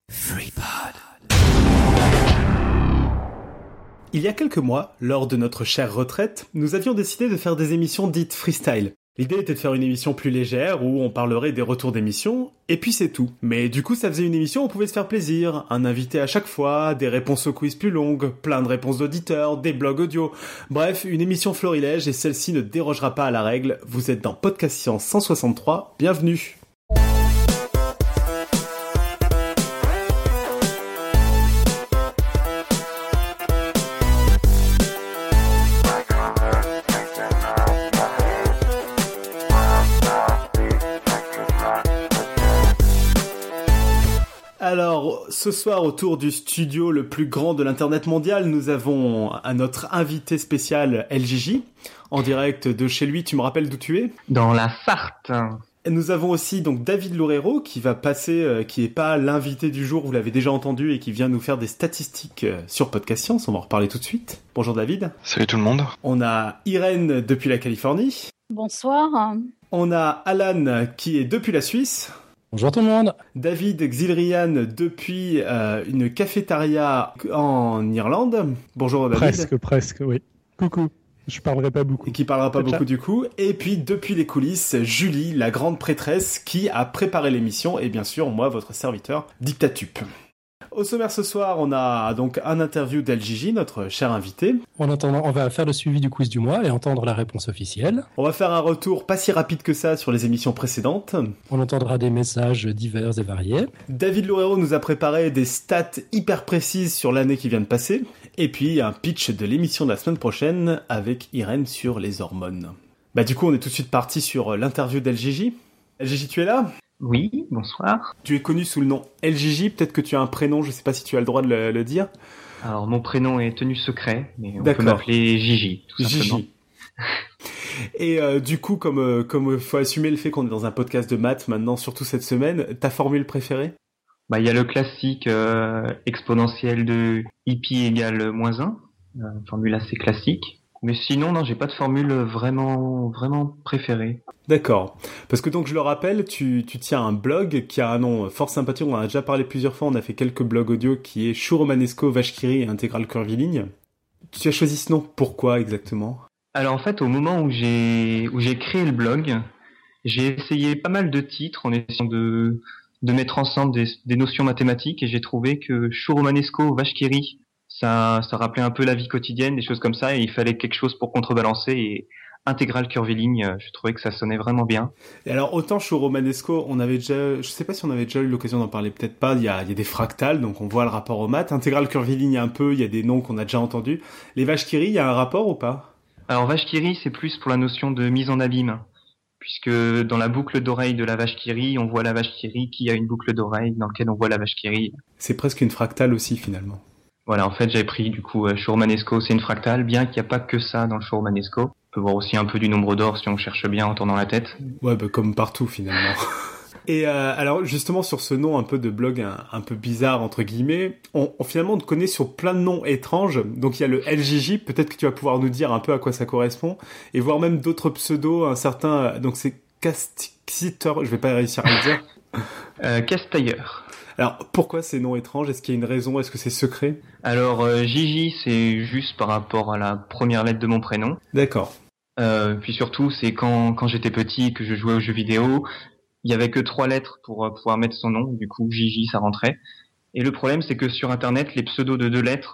FreePod. Il y a quelques mois, lors de notre chère retraite, nous avions décidé de faire des émissions dites freestyle. L'idée était de faire une émission plus légère où on parlerait des retours d'émissions, et puis c'est tout. Mais du coup, ça faisait une émission où on pouvait se faire plaisir, un invité à chaque fois, des réponses au quiz plus longues, plein de réponses d'auditeurs, des blogs audio. Bref, une émission florilège et celle-ci ne dérogera pas à la règle. Vous êtes dans Podcast Science 163, bienvenue. Alors, ce soir, autour du studio le plus grand de l'internet mondial, nous avons à notre invité spécial LJJ, en direct de chez lui. Tu me rappelles d'où tu es ? Dans la Sarthe. Nous avons aussi donc David Loureiro qui va passer, qui est pas l'invité du jour, vous l'avez déjà entendu, et qui vient nous faire des statistiques sur Podcast Science. On va en reparler tout de suite. Bonjour David. Salut tout le monde. On a Irène depuis la Californie. Bonsoir. On a Alan qui est depuis la Suisse. Bonjour tout le monde. David Xilrian depuis une cafétéria en Irlande. Bonjour David. Presque, oui. Coucou. Je parlerai pas beaucoup. Et qui parlera pas beaucoup du coup. Et puis depuis les coulisses, Julie, la grande prêtresse, qui a préparé l'émission. Et bien sûr, moi, votre serviteur, Dictatup. Au sommaire ce soir, on a donc un interview d'LJJ, notre cher invité. En attendant, on va faire le suivi du quiz du mois et entendre la réponse officielle. On va faire un retour pas si rapide que ça sur les émissions précédentes. On entendra des messages divers et variés. David Loureiro nous a préparé des stats hyper précises sur l'année qui vient de passer. Et puis un pitch de l'émission de la semaine prochaine avec Irène sur les hormones. Du coup, on est tout de suite parti sur l'interview d'LJJ. LJJ, tu es là ? Oui, bonsoir. Tu es connu sous le nom LJJ, peut-être que tu as un prénom, je sais pas si tu as le droit de le dire. Alors, mon prénom est tenu secret, mais on D'accord. peut m'appeler Gigi, tout simplement. Gigi. Et du coup, comme faut assumer le fait qu'on est dans un podcast de maths maintenant, surtout cette semaine, ta formule préférée ? Il y a le classique exponentiel de pi égale -1, une formule assez classique. Mais sinon, non, j'ai pas de formule vraiment préférée. D'accord. Parce que donc, je le rappelle, tu tiens un blog qui a un nom fort sympathique, on en a déjà parlé plusieurs fois, on a fait quelques blogs audio, qui est Chou Romanesco, Vache qui rit et Intégrale Curviligne. Tu as choisi ce nom, pourquoi exactement ? Alors en fait, au moment où j'ai créé le blog, j'ai essayé pas mal de titres en essayant de mettre ensemble des notions mathématiques, et j'ai trouvé que Chou Romanesco, Vache qui rit, ça rappelait un peu la vie quotidienne, des choses comme ça, et il fallait quelque chose pour contrebalancer, et Intégrale Curviligne, je trouvais que ça sonnait vraiment bien. Et alors, autant Chou Romanesco, je sais pas si on avait déjà eu l'occasion d'en parler, peut-être pas, il y a des fractales, donc on voit le rapport aux maths. Intégrale Curviligne un peu, il y a des noms qu'on a déjà entendus. Les vaches qui rient, il y a un rapport ou pas ? Alors, Vache qui rit, c'est plus pour la notion de mise en abîme, puisque dans la boucle d'oreille de la vache qui rit, on voit la vache qui rit qui a une boucle d'oreille dans laquelle on voit la vache qui rit. C'est presque une fractale aussi, finalement. Voilà, en fait, j'avais pris, du coup, Chou Romanesco, c'est une fractale, bien qu'il n'y a pas que ça dans le Chou Romanesco. On peut voir aussi un peu du nombre d'or si on cherche bien en tournant la tête. Ouais, comme partout, finalement. Et alors, justement, sur ce nom un peu de blog un peu bizarre, entre guillemets, on finalement te connaît sur plein de noms étranges. Donc, il y a le LJJ, peut-être que tu vas pouvoir nous dire un peu à quoi ça correspond, et voir même d'autres pseudos, un certain... Donc, c'est Castitor, je vais pas réussir à le dire. Castailleur. Alors, pourquoi ces noms étranges ? Est-ce qu'il y a une raison ? Est-ce que c'est secret ? Alors, Gigi, c'est juste par rapport à la première lettre de mon prénom. D'accord. Puis surtout, c'est quand j'étais petit et que je jouais aux jeux vidéo, il y avait que 3 lettres pour pouvoir mettre son nom. Du coup, Gigi, ça rentrait. Et le problème, c'est que sur Internet, les pseudos de 2 lettres,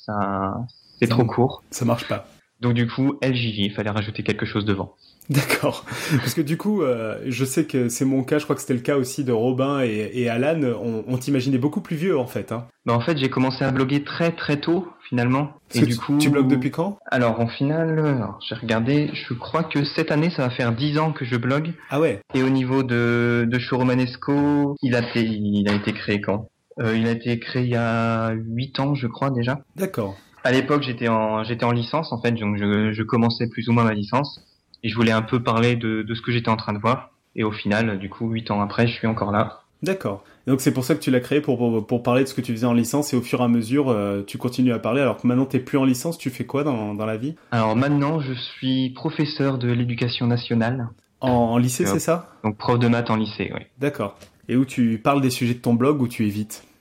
c'est trop court. Ça marche pas. Donc du coup, LJJ, il fallait rajouter quelque chose devant. D'accord. Parce que du coup, je sais que c'est mon cas, je crois que c'était le cas aussi de Robin et Alan, on t'imaginait beaucoup plus vieux en fait. Hein. En fait, j'ai commencé à bloguer très très tôt finalement. Et du coup, tu blogues depuis quand ? Alors en final, j'ai regardé, je crois que cette année, ça va faire 10 ans que je blogue. Ah ouais. Et au niveau de Chou Romanesco, il a été créé quand ? Il a été créé il y a 8 ans, je crois déjà. D'accord. À l'époque, j'étais en licence en fait, donc je commençais plus ou moins ma licence. Et je voulais un peu parler de ce que j'étais en train de voir. Et au final, du coup, 8 ans après, je suis encore là. D'accord. Et donc c'est pour ça que tu l'as créé, pour parler de ce que tu faisais en licence, et au fur et à mesure, tu continues à parler. Alors que maintenant, t'es plus en licence, tu fais quoi dans la vie ? Alors maintenant, je suis professeur de l'éducation nationale. En lycée, c'est ça ? Donc prof de maths en lycée, oui. D'accord. Et où tu parles des sujets de ton blog ou tu évites ?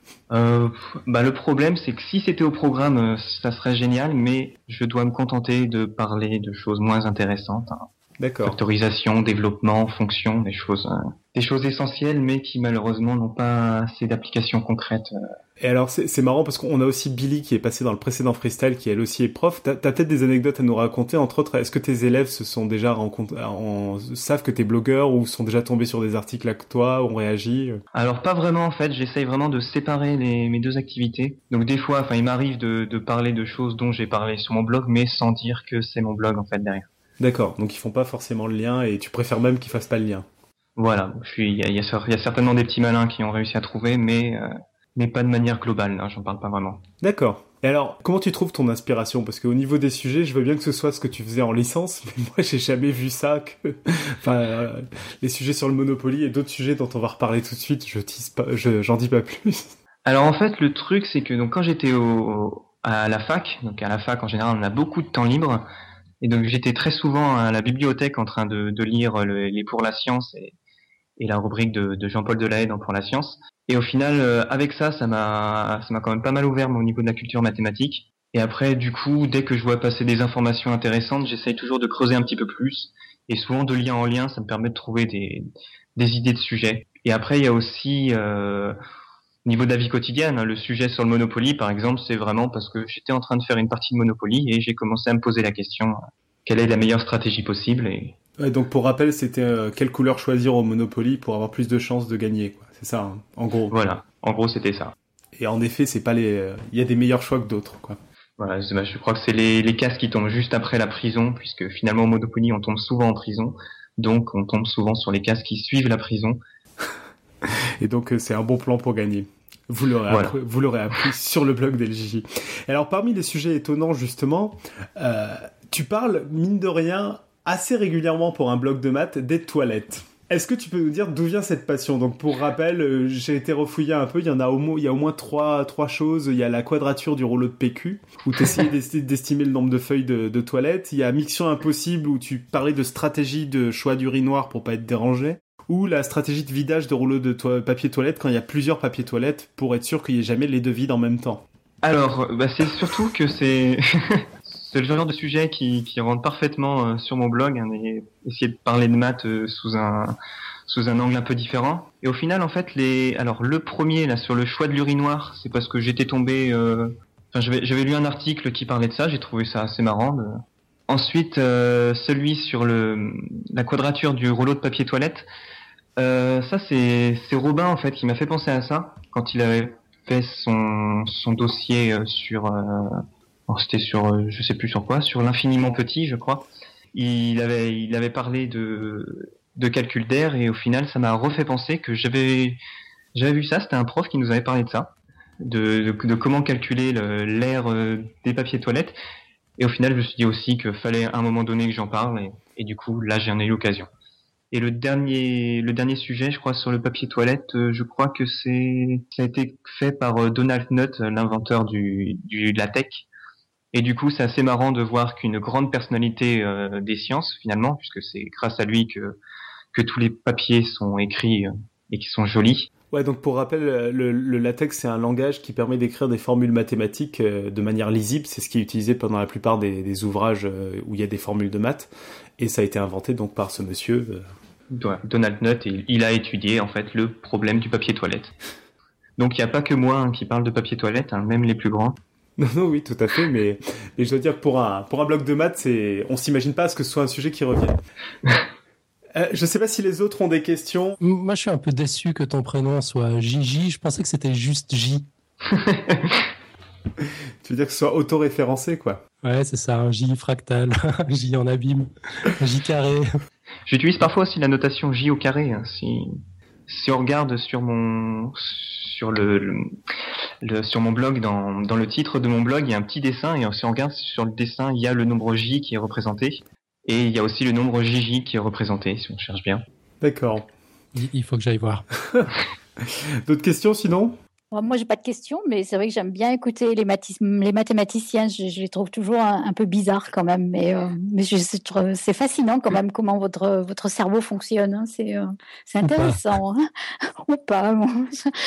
Le problème, c'est que si c'était au programme, ça serait génial, mais je dois me contenter de parler de choses moins intéressantes. D'accord. Factorisation, développement, fonction, des choses essentielles, mais qui malheureusement n'ont pas assez d'applications concrètes. Et alors, c'est marrant parce qu'on a aussi Billy qui est passé dans le précédent freestyle, qui elle aussi est prof. T'as peut-être des anecdotes à nous raconter, entre autres. Est-ce que tes élèves se sont déjà savent que t'es blogueur ou sont déjà tombés sur des articles avec toi, ont réagi? Alors pas vraiment en fait, j'essaye vraiment de séparer mes deux activités. Donc des fois, il m'arrive de parler de choses dont j'ai parlé sur mon blog, mais sans dire que c'est mon blog en fait derrière. D'accord, donc ils font pas forcément le lien et tu préfères même qu'ils fassent pas le lien. Voilà, il y a certainement des petits malins qui ont réussi à trouver, mais pas de manière globale, là, j'en parle pas vraiment. D'accord. Et alors, comment tu trouves ton inspiration? Parce qu'au niveau des sujets, je veux bien que ce soit ce que tu faisais en licence, mais moi j'ai jamais vu ça que... les sujets sur le Monopoly et d'autres sujets dont on va reparler tout de suite, j'en dis pas plus. Alors en fait, le truc, c'est que donc quand j'étais à la fac, donc à la fac en général, on a beaucoup de temps libre, et donc j'étais très souvent à la bibliothèque en train de lire les Pour la science et la rubrique de Jean-Paul Delahaye dans Pour la science. Et au final, avec ça m'a quand même pas mal ouvert au niveau de la culture mathématique. Et après, du coup, dès que je vois passer des informations intéressantes, j'essaye toujours de creuser un petit peu plus. Et souvent, de lien en lien, ça me permet de trouver des idées de sujets. Et après, il y a aussi, au niveau de la vie quotidienne, le sujet sur le Monopoly, par exemple, c'est vraiment parce que j'étais en train de faire une partie de Monopoly et j'ai commencé à me poser la question, quelle est la meilleure stratégie possible Ouais, donc pour rappel, c'était quelle couleur choisir au Monopoly pour avoir plus de chances de gagner, quoi. C'est ça, hein, en gros. Voilà, en gros, c'était ça. Et en effet, c'est pas il y a des meilleurs choix que d'autres, quoi. Voilà, je crois que c'est les cases qui tombent juste après la prison, puisque finalement au Monopoly, on tombe souvent en prison, donc on tombe souvent sur les cases qui suivent la prison. Et donc c'est un bon plan pour gagner. Vous l'aurez appris sur le blog d'LJJ. Alors parmi les sujets étonnants justement, tu parles mine de rien assez régulièrement pour un blog de maths des toilettes. Est-ce que tu peux nous dire d'où vient cette passion? Donc pour rappel, j'ai été refouiller un peu, il y a au moins trois choses. Il y a la quadrature du rouleau de PQ, où tu essayais d'estimer le nombre de feuilles de toilettes. Il y a Mission Impossible, où tu parlais de stratégie de choix d'urinoir pour pas être dérangé. Ou la stratégie de vidage de rouleau de papier toilette quand il y a plusieurs papiers toilettes pour être sûr qu'il n'y ait jamais les deux vides en même temps. Alors, c'est surtout que c'est le genre de sujet qui rentre parfaitement sur mon blog, hein, et essayer de parler de maths sous un angle un peu différent. Et au final, en fait, le premier là sur le choix de l'urinoir, c'est parce que j'étais tombé. J'avais lu un article qui parlait de ça, j'ai trouvé ça assez marrant. Ensuite, celui sur la quadrature du rouleau de papier toilette. Ça c'est Robin en fait qui m'a fait penser à ça quand il avait fait son dossier c'était sur je sais plus sur quoi, sur l'infiniment petit je crois. Il avait parlé de calcul d'air et au final ça m'a refait penser que j'avais vu ça, c'était un prof qui nous avait parlé de ça, de comment calculer l'air des papiers toilettes, et au final je me suis dit aussi qu'il fallait à un moment donné que j'en parle et du coup là j'en ai eu l'occasion. Et le dernier sujet, je crois, sur le papier toilette, je crois que ça a été fait par Donald Knuth, l'inventeur du latex. Et du coup, c'est assez marrant de voir qu'une grande personnalité des sciences, finalement, puisque c'est grâce à lui que tous les papiers sont écrits et qui sont jolis. Ouais, donc pour rappel, le latex, c'est un langage qui permet d'écrire des formules mathématiques de manière lisible. C'est ce qui est utilisé pendant la plupart des ouvrages où il y a des formules de maths. Et ça a été inventé donc par ce monsieur... Donald Knuth, et il a étudié en fait le problème du papier toilette. Donc il n'y a pas que moi qui parle de papier toilette, hein, même les plus grands. Non, oui, tout à fait, mais je dois dire que pour un bloc de maths, on s'imagine pas à ce que ce soit un sujet qui revienne. Je sais pas si les autres ont des questions. Moi, je suis un peu déçu que ton prénom soit Gigi. Je pensais que c'était juste J. Tu veux dire que ce soit auto-référencé, quoi? Ouais, c'est ça, un J fractal, un J en abîme, un J carré. J'utilise parfois aussi la notation J au carré. Hein. Si on regarde sur mon blog, dans le titre de mon blog, il y a un petit dessin, et si on regarde sur le dessin, il y a le nombre J qui est représenté, et il y a aussi le nombre JJ qui est représenté, si on cherche bien. D'accord. Il faut que j'aille voir. D'autres questions sinon? Moi, j'ai pas de questions, mais c'est vrai que j'aime bien écouter les mathématiciens. Je les trouve toujours un peu bizarres quand même, mais c'est fascinant quand même comment votre cerveau fonctionne. Hein. C'est intéressant, hein. Ou pas. Bon.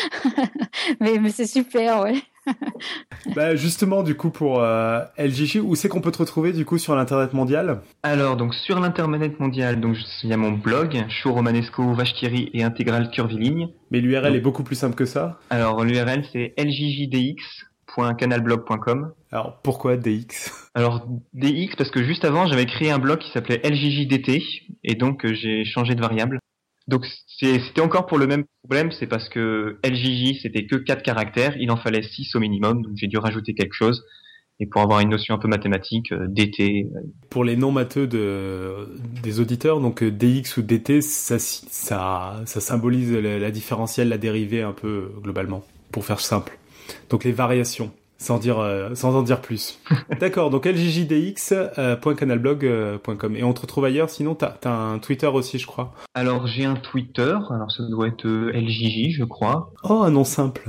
mais c'est super, ouais. Bah justement, du coup, pour LJJ, où c'est qu'on peut te retrouver du coup sur l'internet mondial? Alors, donc sur l'internet mondial, donc il y a mon blog, Chou Romanesco, Vache qui rit et Intégrale Curviligne. Mais l'URL est beaucoup plus simple que ça. Alors l'URL c'est ljjdx.canalblog.com. Alors pourquoi DX? Alors DX parce que juste avant j'avais créé un blog qui s'appelait LJJDT et donc j'ai changé de variable. Donc c'était encore pour le même problème, c'est parce que LJJ c'était que 4 caractères, il en fallait 6 au minimum, donc j'ai dû rajouter quelque chose. Et pour avoir une notion un peu mathématique, DT. Pour les non-matheux des auditeurs, donc DX ou DT, ça symbolise la différentielle, la dérivée un peu globalement, pour faire simple. Donc les variations, sans en dire plus. D'accord, donc ljdx.canalblog.com. Et on te retrouve ailleurs, sinon t'as un Twitter aussi, je crois. Alors j'ai un Twitter, alors ça doit être LJJ, je crois. Oh, un nom simple.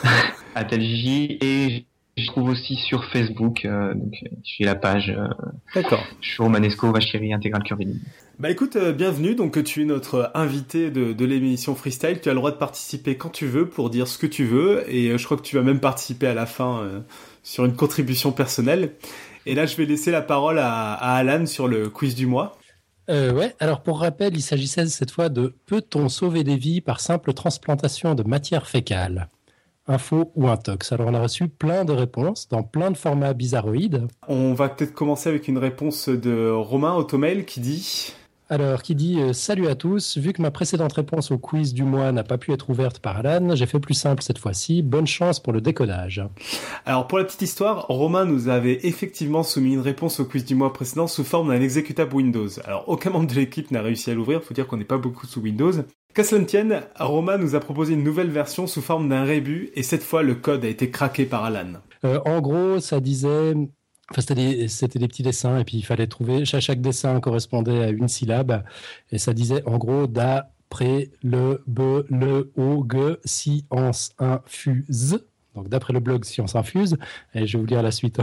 @LJJ, et je trouve aussi sur Facebook, donc j'ai la page D'accord. Chou Romanesco, Vache qui rit, Intégrale Curviligne. Bah écoute, bienvenue, donc tu es notre invité de l'émission Freestyle, tu as le droit de participer quand tu veux pour dire ce que tu veux, et je crois que tu vas même participer à la fin sur une contribution personnelle. Et là je vais laisser la parole à Alan sur le quiz du mois. Ouais, alors pour rappel, il s'agissait cette fois de « Peut-on sauver des vies par simple transplantation de matière fécale ?» Info ou intox. Alors on a reçu plein de réponses dans plein de formats bizarroïdes. On va peut-être commencer avec une réponse de Romain Automail qui dit... Alors, qui dit « Salut à tous, vu que ma précédente réponse au quiz du mois n'a pas pu être ouverte par Alan, j'ai fait plus simple cette fois-ci. Bonne chance pour le décodage. » Alors, pour la petite histoire, Romain nous avait effectivement soumis une réponse au quiz du mois précédent sous forme d'un exécutable Windows. Alors, aucun membre de l'équipe n'a réussi à l'ouvrir, faut dire qu'on n'est pas beaucoup sous Windows. Qu'à cela ne tienne, Romain nous a proposé une nouvelle version sous forme d'un rébut, et cette fois, le code a été craqué par Alan. En gros, ça disait... Enfin, c'était des petits dessins, et puis il fallait trouver... Chaque dessin correspondait à une syllabe, et ça disait, en gros, d'après le blog Science Infuse. Donc, d'après le blog Science Infuse, et je vais vous lire la suite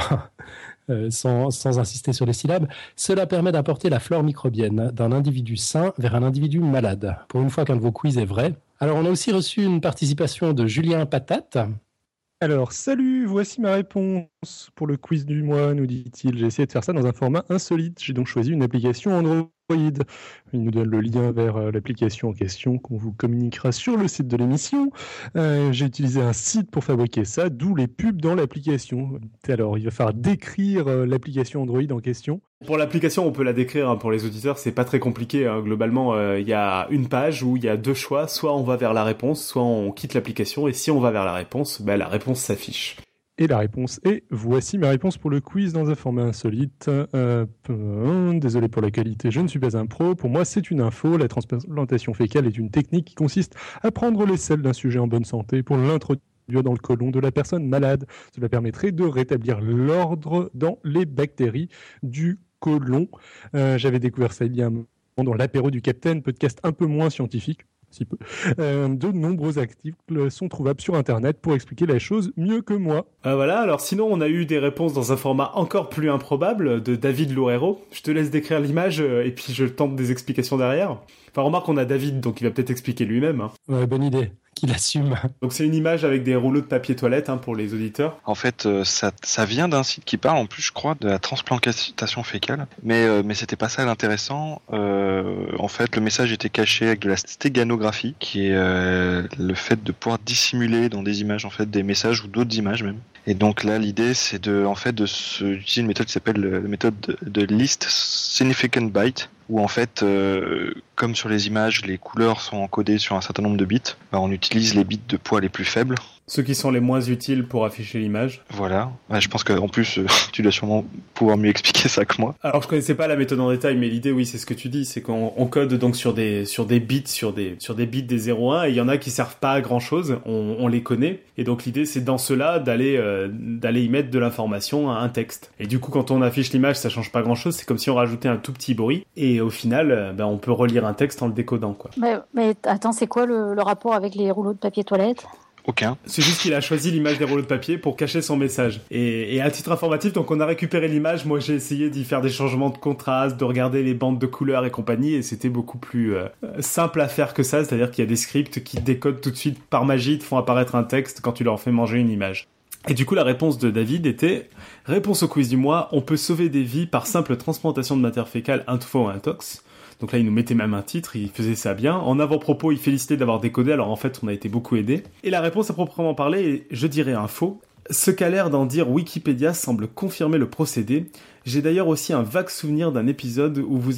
sans insister sur les syllabes, cela permet d'apporter la flore microbienne d'un individu sain vers un individu malade. Pour une fois qu'un de vos quiz est vrai. Alors, on a aussi reçu une participation de Julien Patate. Alors, salut, voici ma réponse pour le quiz du mois, nous dit-il. J'ai essayé de faire ça dans un format insolite. J'ai donc choisi une application Android. Il nous donne le lien vers l'application en question qu'on vous communiquera sur le site de l'émission. J'ai utilisé un site pour fabriquer ça, d'où les pubs dans l'application. Alors, il va falloir décrire l'application Android en question. Pour l'application, on peut la décrire hein, pour les auditeurs, c'est pas très compliqué. Hein. Globalement, il y a une page où il y a deux choix, soit on va vers la réponse, soit on quitte l'application, et si on va vers la réponse s'affiche. Et la réponse est, voici ma réponse pour le quiz dans un format insolite. Désolé pour la qualité, je ne suis pas un pro. Pour moi, c'est une info. La transplantation fécale est une technique qui consiste à prendre les selles d'un sujet en bonne santé pour l'introduire dans le côlon de la personne malade. Cela permettrait de rétablir l'ordre dans les bactéries du côlon. J'avais découvert ça il y a un moment dans l'apéro du Capitaine, podcast un peu moins scientifique. Si peu. De nombreux articles sont trouvables sur Internet pour expliquer la chose mieux que moi. Voilà, alors sinon on a eu des réponses dans un format encore plus improbable de David Loureiro. Je te laisse décrire l'image et puis je tente des explications derrière. Enfin remarque on a David donc il va peut-être expliquer lui-même. Hein. Ouais, bonne idée, qu'il assume. Donc c'est une image avec des rouleaux de papier toilette hein, pour les auditeurs. En fait ça vient d'un site qui parle en plus je crois de la transplantation fécale. Mais c'était pas ça l'intéressant. En fait le message était caché avec de la stéganographie qui est le fait de pouvoir dissimuler dans des images en fait des messages ou d'autres images même. Et donc là l'idée c'est d'utiliser une méthode qui s'appelle la méthode de Least Significant Byte où en fait comme sur les images les couleurs sont encodées sur un certain nombre de bits, on utilise les bits de poids les plus faibles. Ceux qui sont les moins utiles pour afficher l'image. Voilà. Ouais, je pense qu'en plus, tu dois sûrement pouvoir mieux expliquer ça que moi. Alors, je connaissais pas la méthode en détail, mais l'idée, oui, c'est ce que tu dis, c'est qu'on code donc sur des bits, sur des bits des 0,1, et il y en a qui servent pas à grand chose, on les connaît, et donc l'idée, c'est dans cela d'aller y mettre de l'information, un texte. Et du coup, quand on affiche l'image, ça change pas grand chose, c'est comme si on rajoutait un tout petit bruit, et au final, on peut relire un texte en le décodant, quoi. Mais attends, c'est quoi le rapport avec les rouleaux de papier toilette ? Aucun. C'est juste qu'il a choisi l'image des rouleaux de papier pour cacher son message. Et à titre informatif, donc on a récupéré l'image. Moi, j'ai essayé d'y faire des changements de contraste, de regarder les bandes de couleurs et compagnie, et c'était beaucoup plus simple à faire que ça. C'est-à-dire qu'il y a des scripts qui décodent tout de suite par magie, te font apparaître un texte quand tu leur fais manger une image. Et du coup, la réponse de David était « Réponse au quiz du mois, on peut sauver des vies par simple transplantation de matière fécale info ou intox ». Donc là, il nous mettait même un titre, il faisait ça bien. En avant-propos, il félicitait d'avoir décodé, alors en fait, on a été beaucoup aidés. Et la réponse à proprement parler est, je dirais, un faux. Ce qu'a l'air d'en dire Wikipédia semble confirmer le procédé. J'ai d'ailleurs aussi un vague souvenir d'un épisode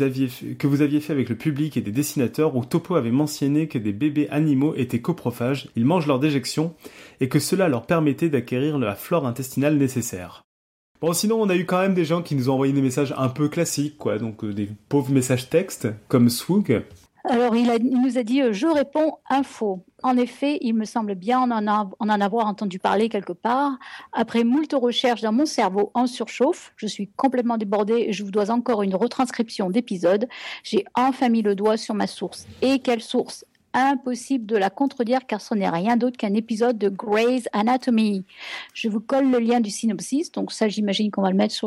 que vous aviez fait avec le public et des dessinateurs où Topo avait mentionné que des bébés animaux étaient coprophages, ils mangent leur déjection, et que cela leur permettait d'acquérir la flore intestinale nécessaire. Bon, sinon, on a eu quand même des gens qui nous ont envoyé des messages un peu classiques, quoi, donc des pauvres messages textes, comme Swoog. Alors, il nous a dit « Je réponds info ». En effet, il me semble bien en avoir entendu parler quelque part. Après moult recherches dans mon cerveau en surchauffe, je suis complètement débordée et je vous dois encore une retranscription d'épisode. J'ai enfin mis le doigt sur ma source. Et quelle source ? Impossible de la contredire car ce n'est rien d'autre qu'un épisode de Grey's Anatomy. Je vous colle le lien du synopsis, donc ça j'imagine qu'on va le mettre sur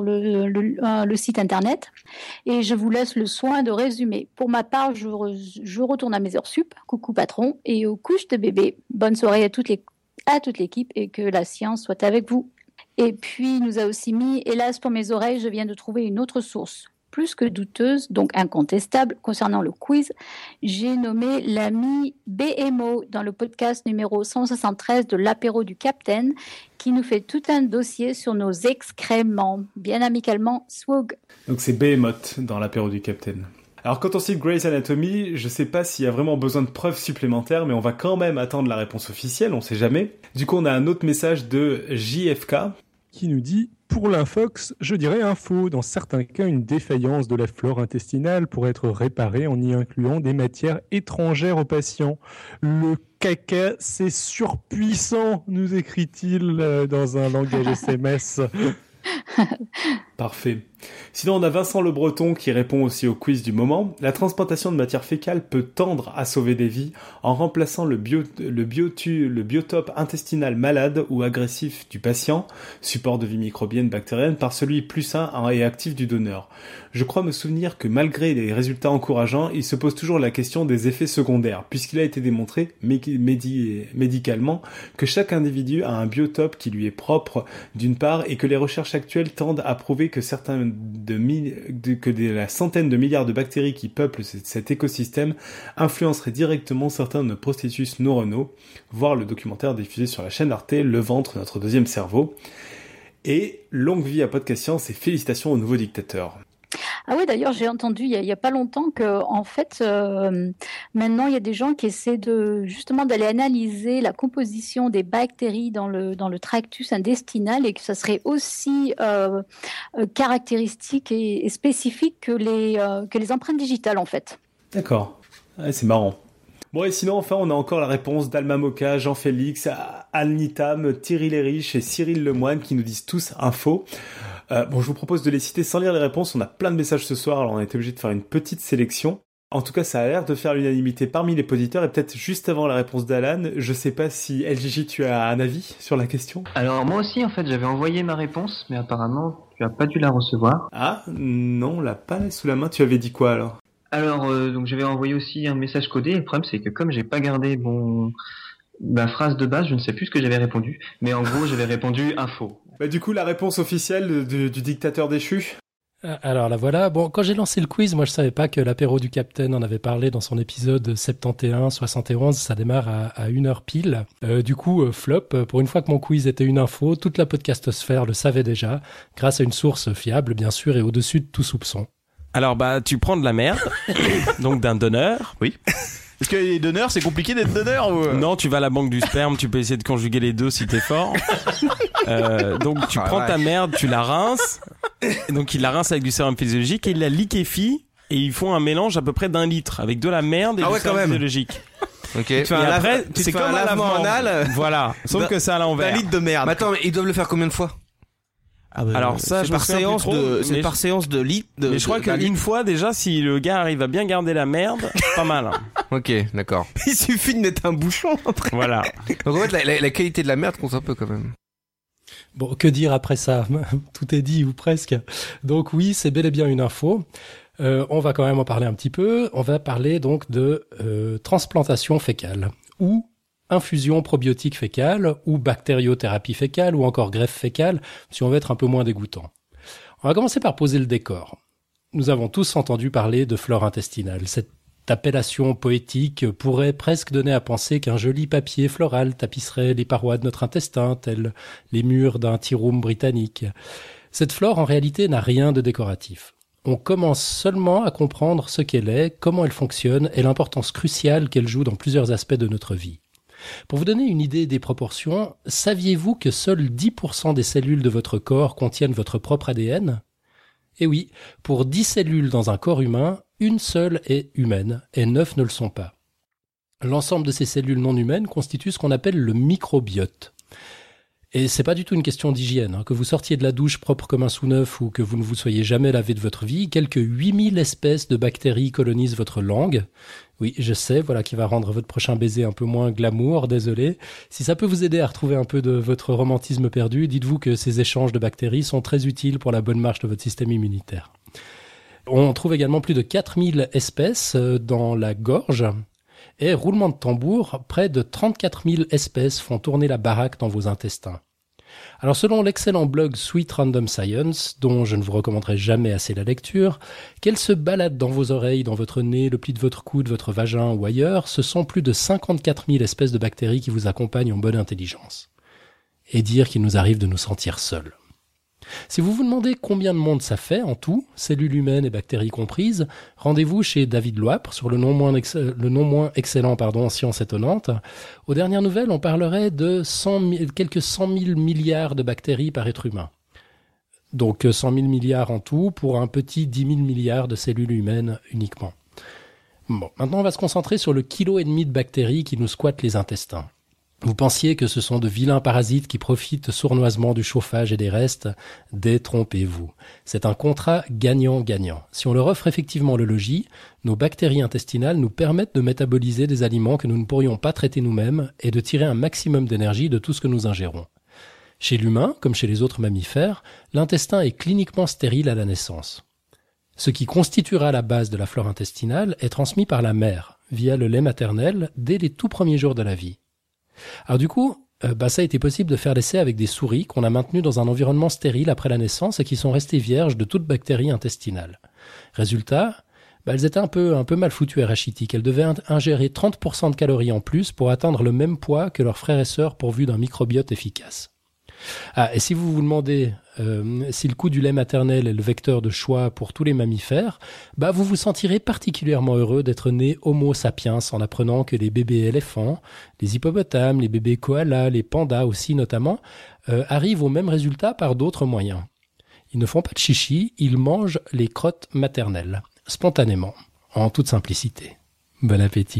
le site internet, et je vous laisse le soin de résumer. Pour ma part, je retourne à mes heures sup, coucou patron, et aux couches de bébé. Bonne soirée à toute l'équipe et que la science soit avec vous. Et puis il nous a aussi mis, hélas pour mes oreilles, je viens de trouver une autre source. Plus que douteuse, donc incontestable, concernant le quiz, j'ai nommé l'ami BMO dans le podcast numéro 173 de l'apéro du Capitaine, qui nous fait tout un dossier sur nos excréments. Bien amicalement, Swoog. Donc c'est Behemoth dans l'apéro du Capitaine. Alors quand on cite Grey's Anatomy, je sais pas s'il y a vraiment besoin de preuves supplémentaires, mais on va quand même attendre la réponse officielle, on sait jamais. Du coup, on a un autre message de JFK, qui nous dit « Pour l'infox, je dirais un faux. Dans certains cas, une défaillance de la flore intestinale pourrait être réparée en y incluant des matières étrangères au patient. Le caca, c'est surpuissant, nous écrit-il dans un langage SMS. » Parfait. Sinon, on a Vincent Le Breton qui répond aussi au quiz du moment. La transplantation de matière fécale peut tendre à sauver des vies en remplaçant le biotope intestinal malade ou agressif du patient, support de vie microbienne bactérienne, par celui plus sain et actif du donneur. Je crois me souvenir que malgré les résultats encourageants, il se pose toujours la question des effets secondaires, puisqu'il a été démontré médicalement que chaque individu a un biotope qui lui est propre d'une part et que les recherches actuelles tendent à prouver que la centaine de milliards de bactéries qui peuplent cet écosystème influenceraient directement certains de nos processus neuronaux, voir le documentaire diffusé sur la chaîne Arte, Le ventre, notre deuxième cerveau. Et longue vie à Podcast Science et félicitations au nouveau dictateur. Ah oui, d'ailleurs, j'ai entendu il y a pas longtemps que, en fait, maintenant, il y a des gens qui essaient justement d'aller analyser la composition des bactéries dans le tractus intestinal et que ça serait aussi caractéristique et spécifique que les empreintes digitales, en fait. D'accord. Ouais, c'est marrant. Bon, et sinon, enfin, on a encore la réponse d'Alma Moka, Jean-Félix, Al-Nitam, Thierry Lériche et Cyril Lemoine qui nous disent tous info. Bon, je vous propose de les citer sans lire les réponses. On a plein de messages ce soir, alors on a été obligé de faire une petite sélection. En tout cas, ça a l'air de faire l'unanimité parmi les auditeurs. Et peut-être juste avant la réponse d'Alan, je sais pas si LJJ, tu as un avis sur la question ? Alors moi aussi, en fait, j'avais envoyé ma réponse, mais apparemment, tu as pas dû la recevoir. Ah, non, on l'a pas sous la main. Tu avais dit quoi alors ? Alors, donc j'avais envoyé aussi un message codé. Le problème, c'est que comme j'ai pas gardé ma phrase de base, je ne sais plus ce que j'avais répondu. Mais en gros, j'avais répondu info. Bah du coup, la réponse officielle du dictateur déchu ? Alors la voilà. Bon, quand j'ai lancé le quiz, moi je savais pas que l'apéro du Capitaine en avait parlé dans son épisode 71-71. Ça démarre à 1h pile. Du coup, flop. Pour une fois que mon quiz était une info, toute la podcastosphère le savait déjà, grâce à une source fiable, bien sûr, et au-dessus de tout soupçon. Alors tu prends de la merde, donc d'un donneur. Oui. Est-ce que les donneurs, c'est compliqué d'être donneur ou... Non, tu vas à la banque du sperme, tu peux essayer de conjuguer les deux si t'es fort. Donc tu prends ta merde, tu la rinces. Donc il la rince avec du sérum physiologique et il la liquéfie et ils font un mélange à peu près d'1 litre avec de la merde et du sérum physiologique. Ok. Et après, c'est comme un lavement anal. Voilà. Sauf que c'est à l'envers. 1 litre de merde. Mais attends, ils doivent le faire combien de fois ? Alors ça, c'est par séance de litres. Mais je crois qu'une fois déjà, si le gars arrive à bien garder la merde, pas mal. Hein. Ok, d'accord. Il suffit de mettre un bouchon après. Voilà. Donc en fait, la qualité de la merde compte un peu quand même. Bon, que dire après ça? Tout est dit, ou presque. Donc oui, c'est bel et bien une info. On va quand même en parler un petit peu. On va parler donc de transplantation fécale, ou infusion probiotique fécale, ou bactériothérapie fécale, ou encore greffe fécale, si on veut être un peu moins dégoûtant. On va commencer par poser le décor. Nous avons tous entendu parler de flore intestinale. Cette appellation poétique pourrait presque donner à penser qu'un joli papier floral tapisserait les parois de notre intestin, tels les murs d'un tea room britannique. Cette flore, en réalité, n'a rien de décoratif. On commence seulement à comprendre ce qu'elle est, comment elle fonctionne et l'importance cruciale qu'elle joue dans plusieurs aspects de notre vie. Pour vous donner une idée des proportions, saviez-vous que seuls 10% des cellules de votre corps contiennent votre propre ADN ? Eh oui, pour 10 cellules dans un corps humain, une seule est humaine et 9 ne le sont pas. L'ensemble de ces cellules non humaines constitue ce qu'on appelle le microbiote. Et c'est pas du tout une question d'hygiène, que vous sortiez de la douche propre comme un sous-neuf ou que vous ne vous soyez jamais lavé de votre vie, quelques 8000 espèces de bactéries colonisent votre langue. Oui, je sais, voilà qui va rendre votre prochain baiser un peu moins glamour, désolé. Si ça peut vous aider à retrouver un peu de votre romantisme perdu, dites-vous que ces échanges de bactéries sont très utiles pour la bonne marche de votre système immunitaire. On trouve également plus de 4000 espèces dans la gorge. Et roulement de tambour, près de 34 000 espèces font tourner la baraque dans vos intestins. Alors selon l'excellent blog Sweet Random Science, dont je ne vous recommanderai jamais assez la lecture, qu'elle se balade dans vos oreilles, dans votre nez, le pli de votre coude, votre vagin ou ailleurs, ce sont plus de 54 000 espèces de bactéries qui vous accompagnent en bonne intelligence. Et dire qu'il nous arrive de nous sentir seuls. Si vous vous demandez combien de monde ça fait en tout, cellules humaines et bactéries comprises, rendez-vous chez David Loapre sur le non moins excellent Science étonnante. Aux dernières nouvelles, on parlerait de quelques 100 000 milliards de bactéries par être humain. Donc 100 000 milliards en tout pour un petit 10 000 milliards de cellules humaines uniquement. Bon, maintenant on va se concentrer sur le 1,5 kg de bactéries qui nous squattent les intestins. Vous pensiez que ce sont de vilains parasites qui profitent sournoisement du chauffage et des restes? Détrompez-vous. C'est un contrat gagnant-gagnant. Si on leur offre effectivement le logis, nos bactéries intestinales nous permettent de métaboliser des aliments que nous ne pourrions pas traiter nous-mêmes et de tirer un maximum d'énergie de tout ce que nous ingérons. Chez l'humain, comme chez les autres mammifères, l'intestin est cliniquement stérile à la naissance. Ce qui constituera la base de la flore intestinale est transmis par la mère, via le lait maternel, dès les tout premiers jours de la vie. Alors du coup, ça a été possible de faire l'essai avec des souris qu'on a maintenues dans un environnement stérile après la naissance et qui sont restées vierges de toute bactérie intestinale. Résultat, elles étaient un peu mal foutues et rachitiques. Elles devaient ingérer 30% de calories en plus pour atteindre le même poids que leurs frères et sœurs pourvus d'un microbiote efficace. Ah, et si vous vous demandez si le coût du lait maternel est le vecteur de choix pour tous les mammifères, vous vous sentirez particulièrement heureux d'être né Homo sapiens en apprenant que les bébés éléphants, les hippopotames, les bébés koalas, les pandas aussi notamment, arrivent au même résultat par d'autres moyens. Ils ne font pas de chichi, ils mangent les crottes maternelles, spontanément, en toute simplicité. Bon appétit.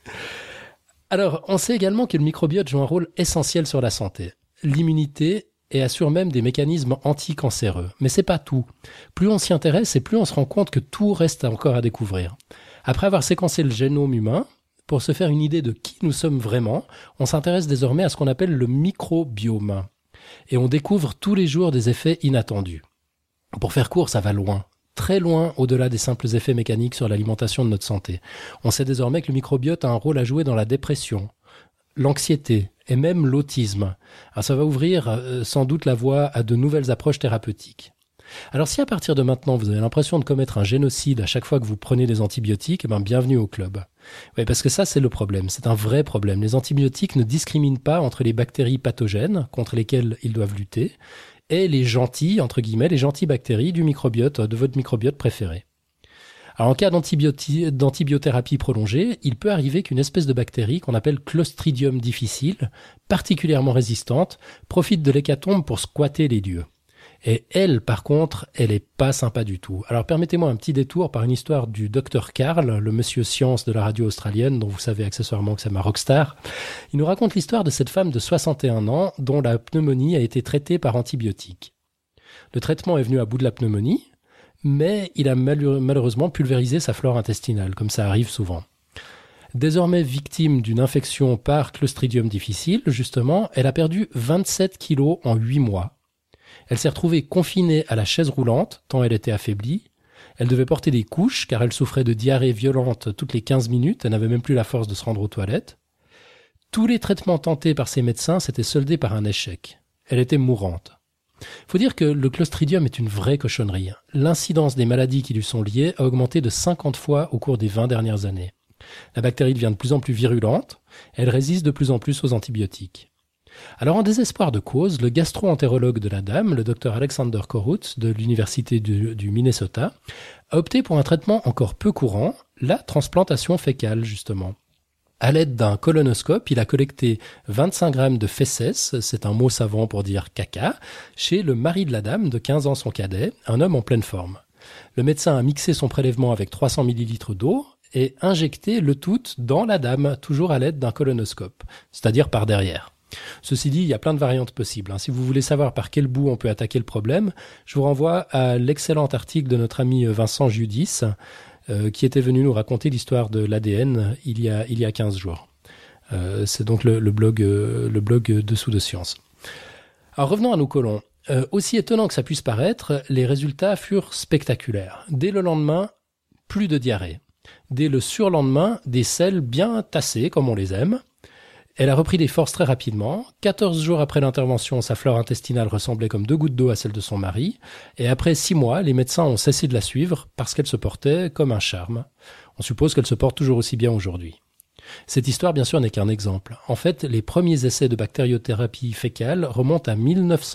Alors, on sait également que le microbiote joue un rôle essentiel sur la santé. L'immunité et assure même des mécanismes anticancéreux. Mais c'est pas tout. Plus on s'y intéresse et plus on se rend compte que tout reste encore à découvrir. Après avoir séquencé le génome humain, pour se faire une idée de qui nous sommes vraiment, on s'intéresse désormais à ce qu'on appelle le microbiome. Et on découvre tous les jours des effets inattendus. Pour faire court, ça va loin. Très loin au-delà des simples effets mécaniques sur l'alimentation de notre santé. On sait désormais que le microbiote a un rôle à jouer dans la dépression, l'anxiété et même l'autisme. Alors ça va ouvrir sans doute la voie à de nouvelles approches thérapeutiques. Alors si à partir de maintenant vous avez l'impression de commettre un génocide à chaque fois que vous prenez des antibiotiques, bienvenue au club. Oui, parce que ça c'est le problème, c'est un vrai problème. Les antibiotiques ne discriminent pas entre les bactéries pathogènes contre lesquelles ils doivent lutter et les gentilles, entre guillemets, les gentilles bactéries du microbiote, de votre microbiote préféré. Alors en cas d'antibiothérapie prolongée, il peut arriver qu'une espèce de bactérie qu'on appelle Clostridium difficile, particulièrement résistante, profite de l'hécatombe pour squatter les lieux. Et elle, par contre, elle est pas sympa du tout. Alors permettez-moi un petit détour par une histoire du Dr Karl, le monsieur science de la radio australienne, dont vous savez accessoirement que c'est ma rockstar. Il nous raconte l'histoire de cette femme de 61 ans dont la pneumonie a été traitée par antibiotiques. Le traitement est venu à bout de la pneumonie, mais il a malheureusement pulvérisé sa flore intestinale, comme ça arrive souvent. Désormais victime d'une infection par Clostridium difficile, justement, elle a perdu 27 kilos en 8 mois. Elle s'est retrouvée confinée à la chaise roulante, tant elle était affaiblie. Elle devait porter des couches, car elle souffrait de diarrhée violente toutes les 15 minutes. Elle n'avait même plus la force de se rendre aux toilettes. Tous les traitements tentés par ses médecins s'étaient soldés par un échec. Elle était mourante. Faut dire que le Clostridium est une vraie cochonnerie. L'incidence des maladies qui lui sont liées a augmenté de 50 fois au cours des 20 dernières années. La bactérie devient de plus en plus virulente, elle résiste de plus en plus aux antibiotiques. Alors en désespoir de cause, le gastro-entérologue de la dame, le Dr Alexander Koruth de l'université du Minnesota, a opté pour un traitement encore peu courant, la transplantation fécale justement. À l'aide d'un colonoscope, il a collecté 25 grammes de fesses, c'est un mot savant pour dire caca, chez le mari de la dame, de 15 ans son cadet, un homme en pleine forme. Le médecin a mixé son prélèvement avec 300 ml d'eau et injecté le tout dans la dame, toujours à l'aide d'un colonoscope, c'est-à-dire par derrière. Ceci dit, il y a plein de variantes possibles. Si vous voulez savoir par quel bout on peut attaquer le problème, je vous renvoie à l'excellent article de notre ami Vincent Giudis, qui était venu nous raconter l'histoire de l'ADN il y a 15 jours. C'est donc le blog Dessous de Science. Alors revenons à nos côlons. Aussi étonnant que ça puisse paraître, les résultats furent spectaculaires. Dès le lendemain, plus de diarrhée. Dès le surlendemain, des selles bien tassées, comme on les aime. Elle a repris des forces très rapidement. 14 jours après l'intervention, sa flore intestinale ressemblait comme 2 gouttes d'eau à celle de son mari. Et après 6 mois, les médecins ont cessé de la suivre parce qu'elle se portait comme un charme. On suppose qu'elle se porte toujours aussi bien aujourd'hui. Cette histoire, bien sûr, n'est qu'un exemple. En fait, les premiers essais de bactériothérapie fécale remontent à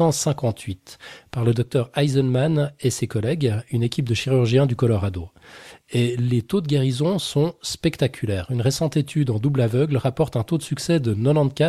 1958 par le docteur Eisenman et ses collègues, une équipe de chirurgiens du Colorado. Et les taux de guérison sont spectaculaires. Une récente étude en double aveugle rapporte un taux de succès de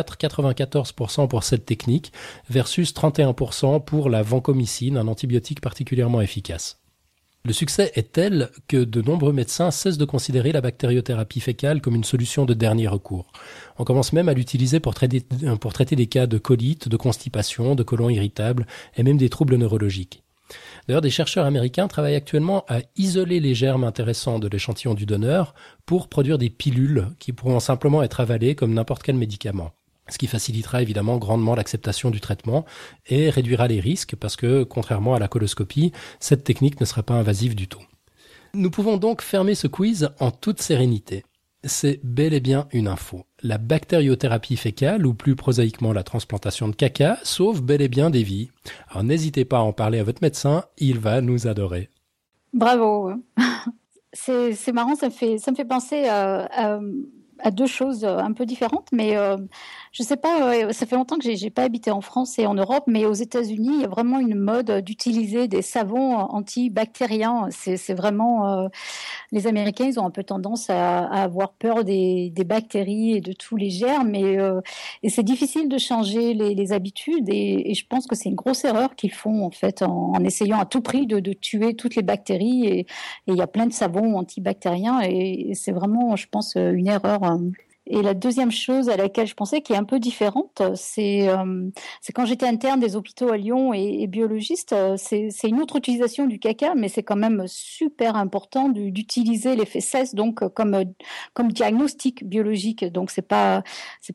94% pour cette technique versus 31% pour la vancomycine, un antibiotique particulièrement efficace. Le succès est tel que de nombreux médecins cessent de considérer la bactériothérapie fécale comme une solution de dernier recours. On commence même à l'utiliser pour traiter des cas de colite, de constipation, de côlon irritable et même des troubles neurologiques. D'ailleurs, des chercheurs américains travaillent actuellement à isoler les germes intéressants de l'échantillon du donneur pour produire des pilules qui pourront simplement être avalées comme n'importe quel médicament. Ce qui facilitera évidemment grandement l'acceptation du traitement et réduira les risques parce que, contrairement à la coloscopie, cette technique ne sera pas invasive du tout. Nous pouvons donc fermer ce quiz en toute sérénité. C'est bel et bien une info. La bactériothérapie fécale, ou plus prosaïquement la transplantation de caca, sauve bel et bien des vies. Alors n'hésitez pas à en parler à votre médecin, il va nous adorer. Bravo. C'est marrant, ça me fait penser à deux choses un peu différentes, mais je sais pas, ça fait longtemps que j'ai pas habité en France et en Europe, mais aux États-Unis, il y a vraiment une mode d'utiliser des savons antibactériens. C'est vraiment les Américains, ils ont un peu tendance à avoir peur des bactéries et de tous les germes, et c'est difficile de changer les habitudes, et je pense que c'est une grosse erreur qu'ils font en fait en essayant à tout prix de tuer toutes les bactéries, et il y a plein de savons antibactériens, et c'est vraiment, je pense, une erreur. Et la deuxième chose à laquelle je pensais, qui est un peu différente, c'est quand j'étais interne des hôpitaux à Lyon et biologiste, c'est une autre utilisation du caca, mais c'est quand même super important d'utiliser les fesses donc comme diagnostic biologique. Donc c'est pas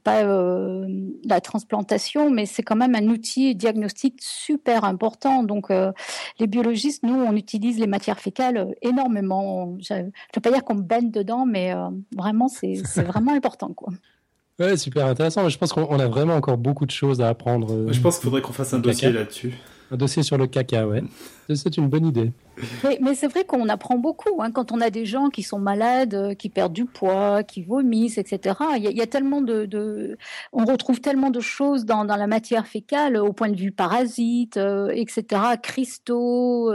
la transplantation, mais c'est quand même un outil diagnostique super important. Donc les biologistes, nous, on utilise les matières fécales énormément. Je ne veux pas dire qu'on baigne dedans, mais vraiment c'est vraiment important. Quoi. Ouais, super intéressant. Mais je pense qu'on a vraiment encore beaucoup de choses à apprendre. Je pense qu'il faudrait qu'on fasse un dossier là-dessus. Un dossier sur le caca, ouais. C'est une bonne idée. Mais c'est vrai qu'on apprend beaucoup quand on a des gens qui sont malades, qui perdent du poids, qui vomissent, etc. Il y a tellement on retrouve tellement de choses dans la matière fécale au point de vue parasites, etc. Cristaux.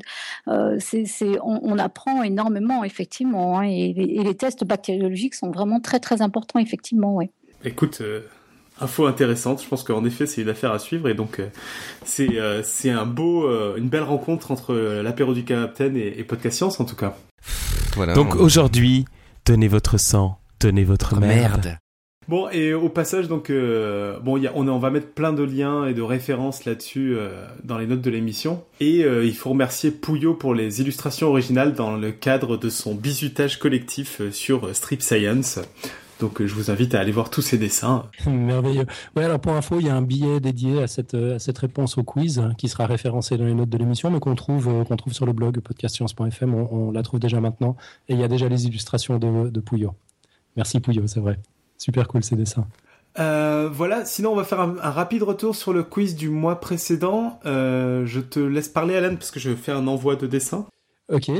On apprend énormément, effectivement. Et les tests bactériologiques sont vraiment très, très importants, effectivement. Ouais. Écoute... Info intéressante, je pense qu'en effet c'est une affaire à suivre, et donc c'est une belle rencontre entre l'apéro du Capitaine et Podcast Science en tout cas. Voilà, donc aujourd'hui, tenez votre sang, tenez votre merde. Bon, et au passage, donc, on va mettre plein de liens et de références là-dessus dans les notes de l'émission. Et il faut remercier Pouillot pour les illustrations originales dans le cadre de son bizutage collectif sur Strip Science. Donc je vous invite à aller voir tous ces dessins. Merveilleux. Ouais, alors pour info, il y a un billet dédié à cette réponse au quiz qui sera référencé dans les notes de l'émission, mais qu'on trouve sur le blog podcastscience.fm. On la trouve déjà maintenant. Et il y a déjà les illustrations de Pouillot. Merci Pouillot, c'est vrai. Super cool ces dessins. Voilà, sinon on va faire un rapide retour sur le quiz du mois précédent. Je te laisse parler Alan parce que je fais un envoi de dessin. Ok,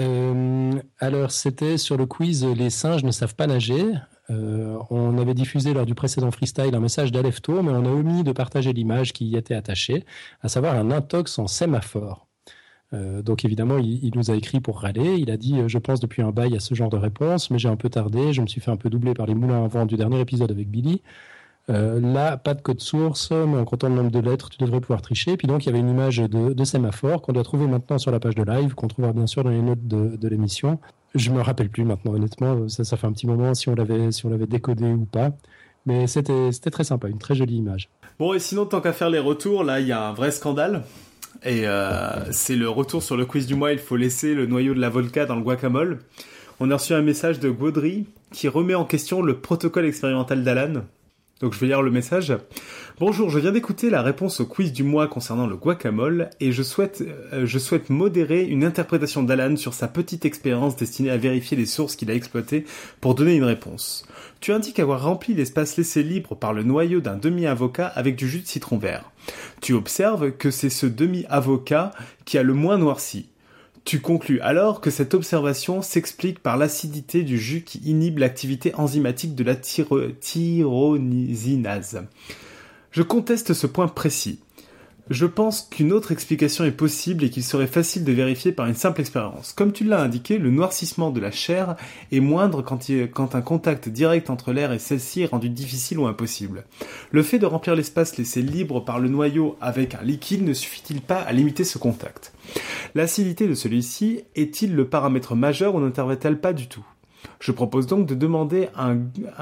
alors c'était sur le quiz « Les singes ne savent pas nager ». On avait diffusé lors du précédent freestyle un message d'Alefto, mais on a omis de partager l'image qui y était attachée, à savoir un intox en sémaphore. Donc évidemment, il nous a écrit pour râler. Il a dit « Je pense depuis un bail à ce genre de réponse, mais j'ai un peu tardé. Je me suis fait un peu doubler par les moulins à vent du dernier épisode avec Billy. Là, pas de code source, mais en comptant le nombre de lettres, tu devrais pouvoir tricher. » Puis donc, il y avait une image de sémaphore qu'on doit trouver maintenant sur la page de live, qu'on trouvera bien sûr dans les notes de l'émission. Je me rappelle plus maintenant, honnêtement. Ça fait un petit moment si on l'avait décodé ou pas. Mais c'était très sympa, une très jolie image. Bon, et sinon, tant qu'à faire les retours, là, il y a un vrai scandale. Et c'est le retour sur le quiz du mois. Il faut laisser le noyau de la vodka dans le guacamole. On a reçu un message de Gaudry qui remet en question le protocole expérimental d'Alan. Donc je vais lire le message. Bonjour, je viens d'écouter la réponse au quiz du mois concernant le guacamole et je souhaite modérer une interprétation d'Alan sur sa petite expérience destinée à vérifier les sources qu'il a exploitées pour donner une réponse. Tu indiques avoir rempli l'espace laissé libre par le noyau d'un demi-avocat avec du jus de citron vert. Tu observes que c'est ce demi-avocat qui a le moins noirci. Tu conclus alors que cette observation s'explique par l'acidité du jus qui inhibe l'activité enzymatique de la tyrosinase. Je conteste ce point précis. Je pense qu'une autre explication est possible et qu'il serait facile de vérifier par une simple expérience. Comme tu l'as indiqué, le noircissement de la chair est moindre quand un contact direct entre l'air et celle-ci est rendu difficile ou impossible. Le fait de remplir l'espace laissé libre par le noyau avec un liquide ne suffit-il pas à limiter ce contact ? L'acidité de celui-ci est-il le paramètre majeur ou n'intervient-elle pas du tout ? Je propose donc de demander un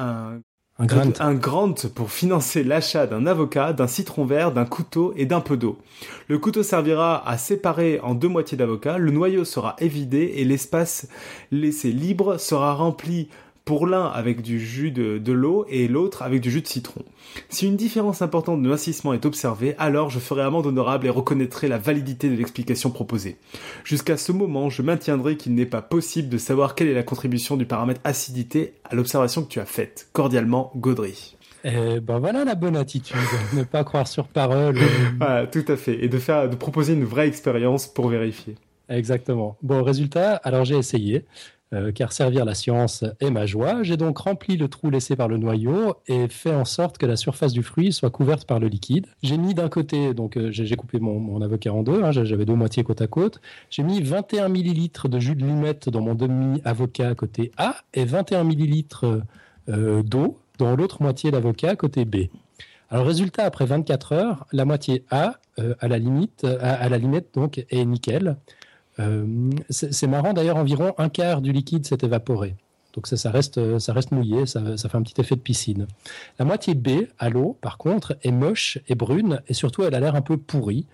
grant pour financer l'achat d'un avocat, d'un citron vert, d'un couteau et d'un peu d'eau. Le couteau servira à séparer en deux moitiés d'avocat, le noyau sera évidé et l'espace laissé libre sera rempli pour l'un avec du jus de l'eau et l'autre avec du jus de citron. Si une différence importante de noircissement est observée, alors je ferai amende honorable et reconnaîtrai la validité de l'explication proposée. Jusqu'à ce moment, je maintiendrai qu'il n'est pas possible de savoir quelle est la contribution du paramètre acidité à l'observation que tu as faite. Cordialement, Gaudry. Ben voilà la bonne attitude, ne pas croire sur parole. Voilà, tout à fait, et de proposer une vraie expérience pour vérifier. Exactement. Bon, résultat, alors j'ai essayé. Car servir la science est ma joie. J'ai donc rempli le trou laissé par le noyau et fait en sorte que la surface du fruit soit couverte par le liquide. J'ai mis d'un côté, donc j'ai coupé mon avocat en deux, j'avais deux moitiés côte à côte. J'ai mis 21 millilitres de jus de limette dans mon demi-avocat côté A et 21 millilitres d'eau dans l'autre moitié d'avocat côté B. Alors résultat, après 24 heures, la moitié A, à la limite donc, est nickel. C'est marrant d'ailleurs, environ un quart du liquide s'est évaporé. Donc ça reste mouillé, ça fait un petit effet de piscine. La moitié B, à l'eau, par contre, est moche et brune et surtout elle a l'air un peu pourrie.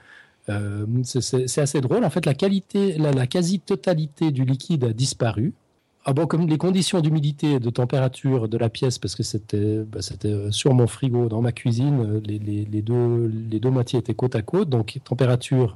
C'est assez drôle. En fait, la quasi-totalité du liquide a disparu. Ah bon, comme les conditions d'humidité et de température de la pièce, parce que c'était sur mon frigo dans ma cuisine, les deux moitiés étaient côte à côte, donc température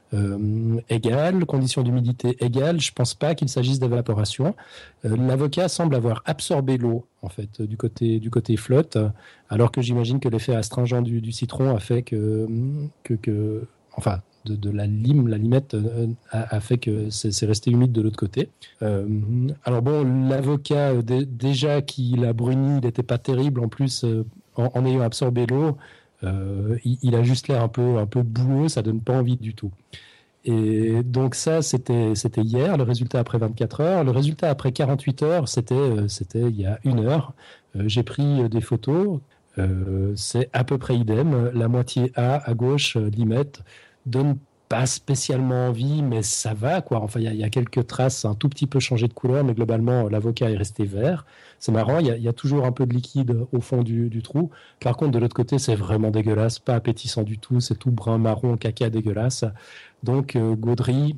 égale, conditions d'humidité égales, je pense pas qu'il s'agisse d'évaporation. L'avocat semble avoir absorbé l'eau en fait du côté flotte, alors que j'imagine que l'effet astringent du citron a fait que enfin de la limette a fait que c'est resté humide de l'autre côté. Alors bon, l'avocat déjà qu'il a bruni, il n'était pas terrible en plus en ayant absorbé l'eau. Il a juste l'air un peu boueux, ça donne pas envie du tout. Et donc ça, c'était hier, le résultat après 24 heures. Le résultat après 48 heures, c'était il y a 1 heure. J'ai pris des photos, c'est à peu près idem. La moitié A à gauche, limette, donne pas spécialement envie, mais ça va, quoi. Enfin, il y a quelques traces, un tout petit peu changé de couleur, mais globalement, l'avocat est resté vert. C'est marrant, il y a toujours un peu de liquide au fond du trou. Par contre, de l'autre côté, c'est vraiment dégueulasse, pas appétissant du tout, c'est tout brun, marron, caca dégueulasse. Donc, Gaudry,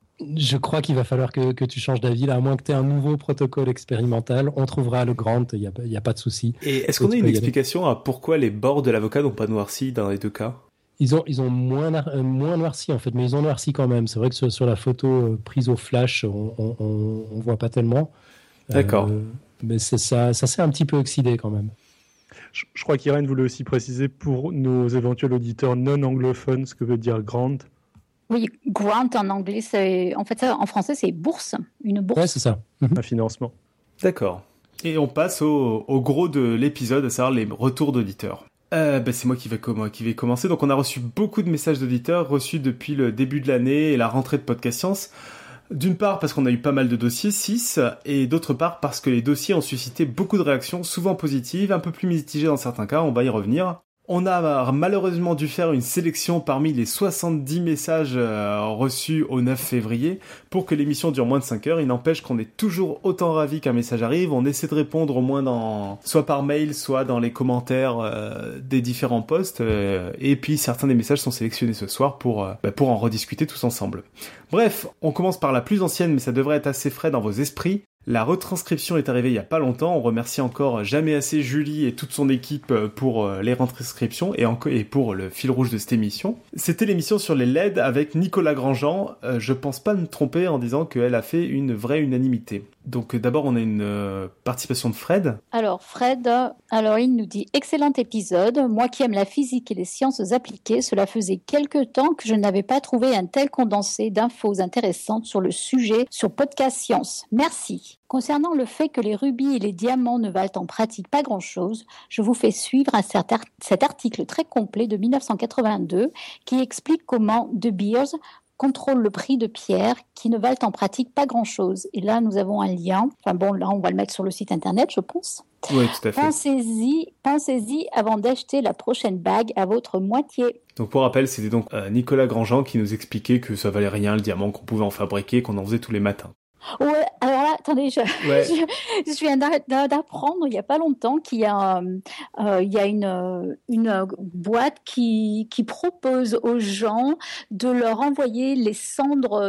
je crois qu'il va falloir que tu changes d'avis, là, à moins que tu aies un nouveau protocole expérimental. On trouvera le Grant, il n'y a pas de souci. Et est-ce qu'on a une explication à pourquoi les bords de l'avocat n'ont pas noirci dans les deux cas ? Ils ont moins noirci, en fait, mais ils ont noirci quand même. C'est vrai que sur la photo prise au flash, on voit pas tellement. D'accord. Mais ça s'est un petit peu oxydé quand même. Je crois qu'Irène voulait aussi préciser pour nos éventuels auditeurs non anglophones ce que veut dire grant. Oui, grant en anglais, en fait, ça, en français, c'est bourse, une bourse. Ouais, c'est ça. Un financement. D'accord. Et on passe au gros de l'épisode, à savoir les retours d'auditeurs. C'est moi qui vais commencer. Donc on a reçu beaucoup de messages d'auditeurs reçus depuis le début de l'année et la rentrée de Podcast Science. D'une part parce qu'on a eu pas mal de dossiers, 6, et d'autre part parce que les dossiers ont suscité beaucoup de réactions, souvent positives, un peu plus mitigées dans certains cas, on va y revenir. On a malheureusement dû faire une sélection parmi les 70 messages reçus au 9 février pour que l'émission dure moins de 5 heures. Il n'empêche qu'on est toujours autant ravis qu'un message arrive. On essaie de répondre au moins soit par mail, soit dans les commentaires des différents posts. Et puis certains des messages sont sélectionnés ce soir pour en rediscuter tous ensemble. Bref, on commence par la plus ancienne, mais ça devrait être assez frais dans vos esprits. La retranscription est arrivée il y a pas longtemps. On remercie encore jamais assez Julie et toute son équipe pour les retranscriptions et pour le fil rouge de cette émission. C'était l'émission sur les LED avec Nicolas Grandjean. Je pense pas me tromper en disant qu'elle a fait une vraie unanimité. Donc d'abord on a une participation de Fred. Alors Fred, il nous dit « Excellent épisode. Moi qui aime la physique et les sciences appliquées, cela faisait quelque temps que je n'avais pas trouvé un tel condensé d'infos intéressantes sur le sujet sur Podcast Science. Merci. Concernant le fait que les rubis et les diamants ne valent en pratique pas grand-chose, je vous fais suivre cet article très complet de 1982 qui explique comment De Beers contrôle le prix de pierres qui ne valent en pratique pas grand-chose. Et là, nous avons un lien. Enfin bon, là, on va le mettre sur le site internet, je pense. Oui, tout à fait. Pensez-y avant d'acheter la prochaine bague à votre moitié. Donc pour rappel, c'était donc Nicolas Grandjean qui nous expliquait que ça valait rien le diamant, qu'on pouvait en fabriquer, qu'on en faisait tous les matins. Ouais, alors là, attendez, je viens d'apprendre il n'y a pas longtemps qu'il y a, une boîte qui propose aux gens de leur envoyer les cendres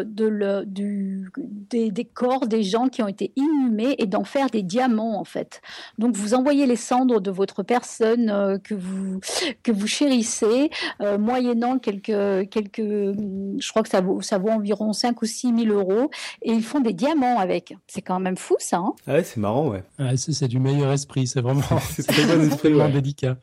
des corps des gens qui ont été inhumés et d'en faire des diamants en fait. Donc vous envoyez les cendres de votre personne que vous chérissez, moyennant quelques, je crois que ça vaut environ 5 ou 6 000 euros, et ils font des diamants avec. C'est quand même fou, ça. Hein, ouais, c'est marrant, ouais. C'est du meilleur esprit, c'est vraiment c'est très bon esprit, ouais. Délicat.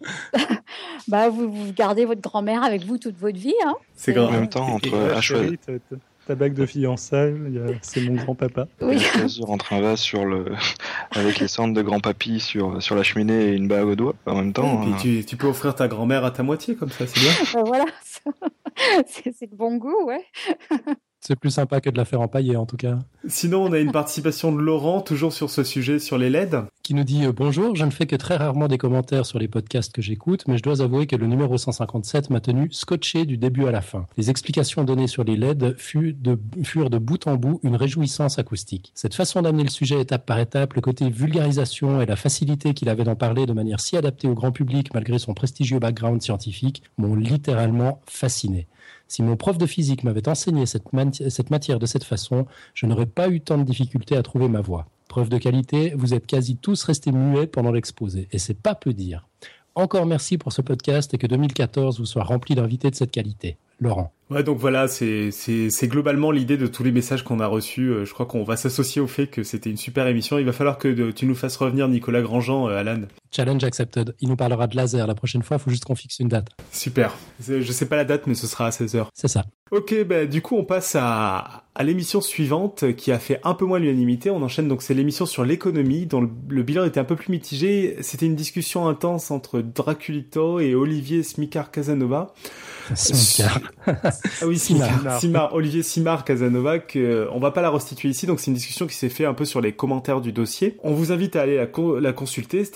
Vous gardez votre grand-mère avec vous toute votre vie. Hein. C'est grave. En même temps, entre ta bague de fiançailles, c'est mon grand-papa. Oui. Choisir entre un vase avec les cendres de grand-papy sur la cheminée et une bague au doigt, en même temps. Et puis tu peux offrir ta grand-mère à ta moitié, comme ça, c'est bien. Voilà. C'est de bon goût, ouais. C'est plus sympa que de la faire empailler, en tout cas. Sinon, on a une participation de Laurent, toujours sur ce sujet, sur les LED. Qui nous dit « Bonjour, je ne fais que très rarement des commentaires sur les podcasts que j'écoute, mais je dois avouer que le numéro 157 m'a tenu scotché du début à la fin. Les explications données sur les LED furent de bout en bout une réjouissance acoustique. Cette façon d'amener le sujet étape par étape, le côté vulgarisation et la facilité qu'il avait d'en parler de manière si adaptée au grand public malgré son prestigieux background scientifique m'ont littéralement fasciné. Si mon prof de physique m'avait enseigné cette matière de cette façon, je n'aurais pas eu tant de difficultés à trouver ma voie. Preuve de qualité, vous êtes quasi tous restés muets pendant l'exposé, et c'est pas peu dire. Encore merci pour ce podcast et que 2014 vous soit rempli d'invités de cette qualité. Laurent. Ouais, donc voilà, c'est globalement l'idée de tous les messages qu'on a reçus. Je crois qu'on va s'associer au fait que c'était une super émission. Il va falloir que tu nous fasses revenir Nicolas Grandjean, Alan. Challenge accepted. Il nous parlera de laser la prochaine fois, il faut juste qu'on fixe une date. Super. Je sais pas la date, mais ce sera à 16h. C'est ça. Ok, du coup, on passe à l'émission suivante qui a fait un peu moins l'unanimité. On enchaîne, donc c'est l'émission sur l'économie dont le bilan était un peu plus mitigé. C'était une discussion intense entre Draculito et Olivier Smicard Casanova. Simard. Ah oui, Simard. Olivier Simard Casanova, on va pas la restituer ici, donc c'est une discussion qui s'est fait un peu sur les commentaires du dossier. On vous invite à aller la consulter, c'était assez intéressant.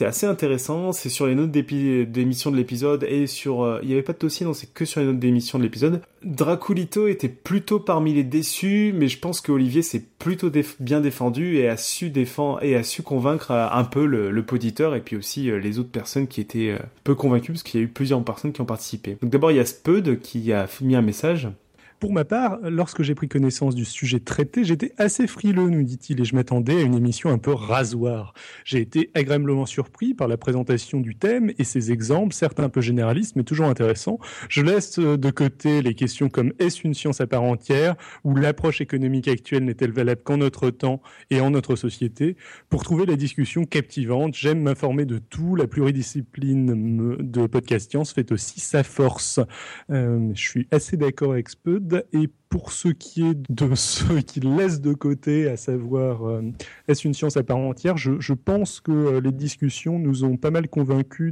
intéressant. C'est sur les notes d'émission de l'épisode et sur... il n'y avait pas de dossier, non, c'est que sur les notes d'émission de l'épisode. Draculito était plutôt parmi les déçus, mais je pense qu'Olivier s'est plutôt bien défendu et a su convaincre un peu le poditeur et puis aussi les autres personnes qui étaient peu convaincues, parce qu'il y a eu plusieurs personnes qui ont participé. Donc d'abord, il y a Spud qui a mis un message. Pour ma part, lorsque j'ai pris connaissance du sujet traité, j'étais assez frileux, nous dit-il, et je m'attendais à une émission un peu rasoir. J'ai été agréablement surpris par la présentation du thème et ses exemples, certes un peu généralistes, mais toujours intéressants. Je laisse de côté les questions comme est-ce une science à part entière, ou l'approche économique actuelle n'est-elle valable qu'en notre temps et en notre société. Pour trouver la discussion captivante, j'aime m'informer de tout. La pluridiscipline de Podcast Science fait aussi sa force. Je suis assez d'accord avec Spud. Et pour ce qui est de ceux qui laissent de côté, à savoir est-ce une science à part entière, je pense que les discussions nous ont pas mal convaincus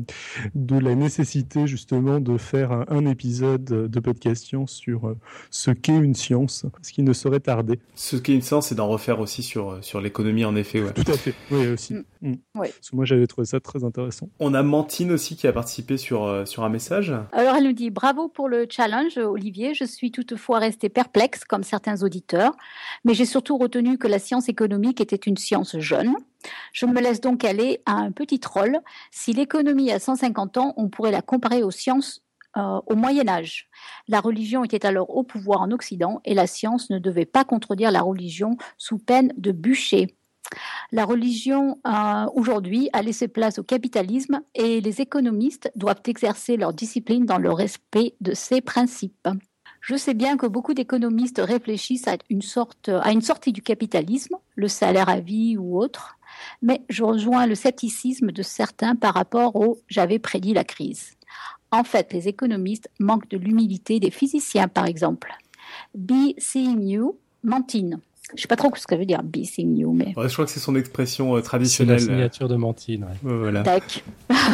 de la nécessité justement de faire un épisode de Podcast Science sur ce qu'est une science, ce qui ne saurait tarder. Ce qu'est une science, c'est d'en refaire aussi sur l'économie, en effet. Ouais. Tout à fait, oui aussi. Ouais. Parce que moi j'avais trouvé ça très intéressant. On a Mantine aussi qui a participé sur un message. Alors elle nous dit « Bravo pour le challenge, Olivier. Je suis toutefois resté perplexe, comme certains auditeurs, mais j'ai surtout retenu que la science économique était une science jeune. Je me laisse donc aller à un petit troll. Si l'économie a 150 ans, on pourrait la comparer aux sciences au Moyen-Âge. La religion était alors au pouvoir en Occident et la science ne devait pas contredire la religion sous peine de bûcher. La religion, aujourd'hui, a laissé place au capitalisme et les économistes doivent exercer leur discipline dans le respect de ces principes. Je sais bien que beaucoup d'économistes réfléchissent à une sortie du capitalisme, le salaire à vie ou autre, mais je rejoins le scepticisme de certains par rapport au « j'avais prédit la crise ». En fait, les économistes manquent de l'humilité des physiciens, par exemple. Be seeing you, Mantine. Je ne sais pas trop ce que ça veut dire, be seeing you, mais... Ouais, je crois que c'est son expression traditionnelle. C'est la signature de Mantine, ouais. Voilà. Tac.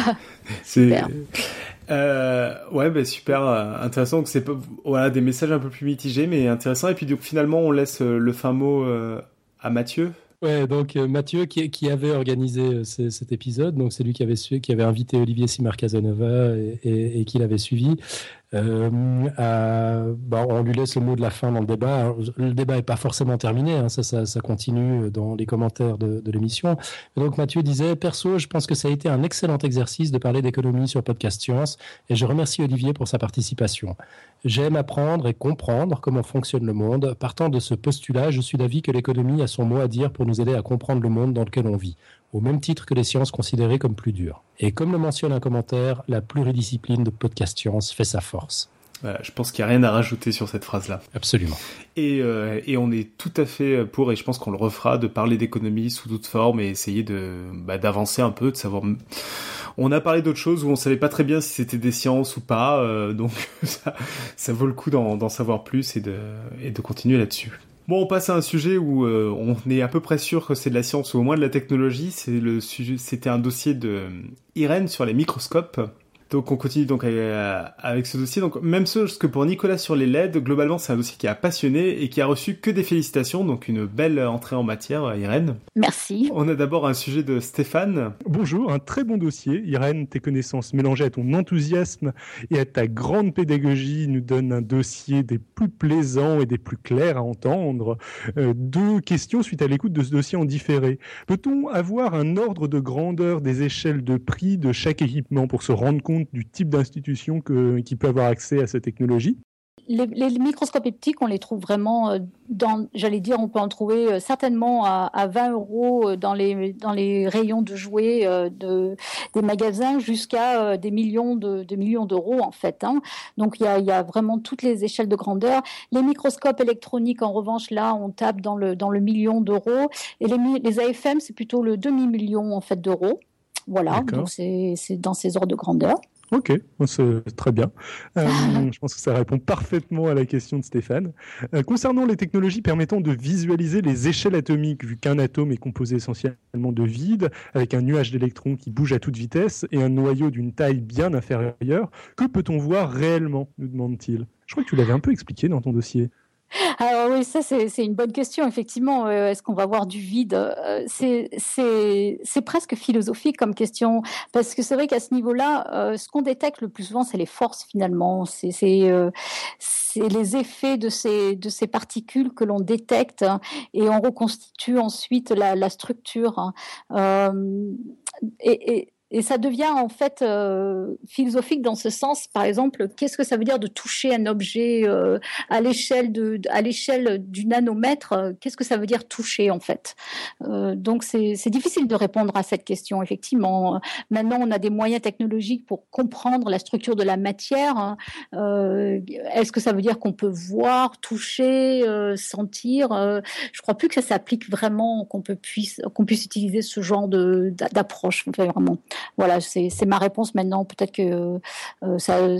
Super. Super intéressant. Donc c'est des messages un peu plus mitigés, mais intéressants. Et puis donc, finalement, on laisse le fin mot à Mathieu. Ouais, donc Mathieu qui avait organisé cet épisode, donc c'est lui qui avait invité Olivier Simard Casanova et qui l'avait suivi. On lui laisse le mot de la fin dans le débat. Alors, le débat n'est pas forcément terminé, hein, ça continue dans les commentaires de l'émission. Et donc Mathieu disait, perso, je pense que ça a été un excellent exercice de parler d'économie sur Podcast Science et je remercie Olivier pour sa participation. J'aime apprendre et comprendre comment fonctionne le monde. Partant de ce postulat, je suis d'avis que l'économie a son mot à dire pour nous aider à comprendre le monde dans lequel on vit, au même titre que les sciences considérées comme plus dures. Et comme le mentionne un commentaire, la pluridiscipline de Podcast Science fait sa force. Voilà, je pense qu'il n'y a rien à rajouter sur cette phrase-là. Absolument. Et on est tout à fait pour, et je pense qu'on le refera, de parler d'économie sous d'autres formes et essayer d'avancer un peu, de savoir... On a parlé d'autres choses où on savait pas très bien si c'était des sciences ou pas, donc ça vaut le coup d'en savoir plus et de continuer là-dessus. Bon, on passe à un sujet où on est à peu près sûr que c'est de la science ou au moins de la technologie. C'était un dossier de Irène sur les microscopes. Donc on continue donc avec ce dossier. Donc même chose que pour Nicolas sur les LED, globalement c'est un dossier qui a passionné et qui a reçu que des félicitations. Donc une belle entrée en matière, Irène. Merci. On a d'abord un sujet de Stéphane. Bonjour, un très bon dossier. Irène, tes connaissances mélangées à ton enthousiasme et à ta grande pédagogie nous donnent un dossier des plus plaisants et des plus clairs à entendre. Deux questions suite à l'écoute de ce dossier en différé. Peut-on avoir un ordre de grandeur des échelles de prix de chaque équipement pour se rendre compte du type d'institution qui peut avoir accès à cette technologie? Les microscopes optiques, on les trouve vraiment on peut en trouver certainement à 20 € dans les rayons de jouets des magasins jusqu'à des millions d'euros en fait. Hein. Donc il y a vraiment toutes les échelles de grandeur. Les microscopes électroniques, en revanche, là, on tape dans le million d'euros. Et les AFM, c'est plutôt le demi-million en fait d'euros. Voilà, D'accord. donc c'est dans ces ordres de grandeur. Ok, c'est très bien. Je pense que ça répond parfaitement à la question de Stéphane. Concernant les technologies permettant de visualiser les échelles atomiques, vu qu'un atome est composé essentiellement de vide, avec un nuage d'électrons qui bouge à toute vitesse et un noyau d'une taille bien inférieure, que peut-on voir réellement, nous demande-t-il. Je crois que tu l'avais un peu expliqué dans ton dossier. Alors oui, ça c'est une bonne question, effectivement. Est-ce qu'on va voir du vide? C'est presque philosophique comme question, parce que c'est vrai qu'à ce niveau-là, ce qu'on détecte le plus souvent, c'est les forces finalement. C'est les effets de ces particules que l'on détecte, hein, et on reconstitue ensuite la structure, hein. Et ça devient en fait philosophique dans ce sens. Par exemple, qu'est-ce que ça veut dire de toucher un objet à l'échelle du nanomètre? Qu'est-ce que ça veut dire toucher en fait? Donc c'est difficile de répondre à cette question. Effectivement, maintenant on a des moyens technologiques pour comprendre la structure de la matière, hein. Est-ce que ça veut dire qu'on peut voir, toucher, sentir? Je crois plus que ça s'applique vraiment, qu'on puisse utiliser ce genre d'approche. Enfin, vraiment. Voilà, c'est ma réponse maintenant. Peut-être que ça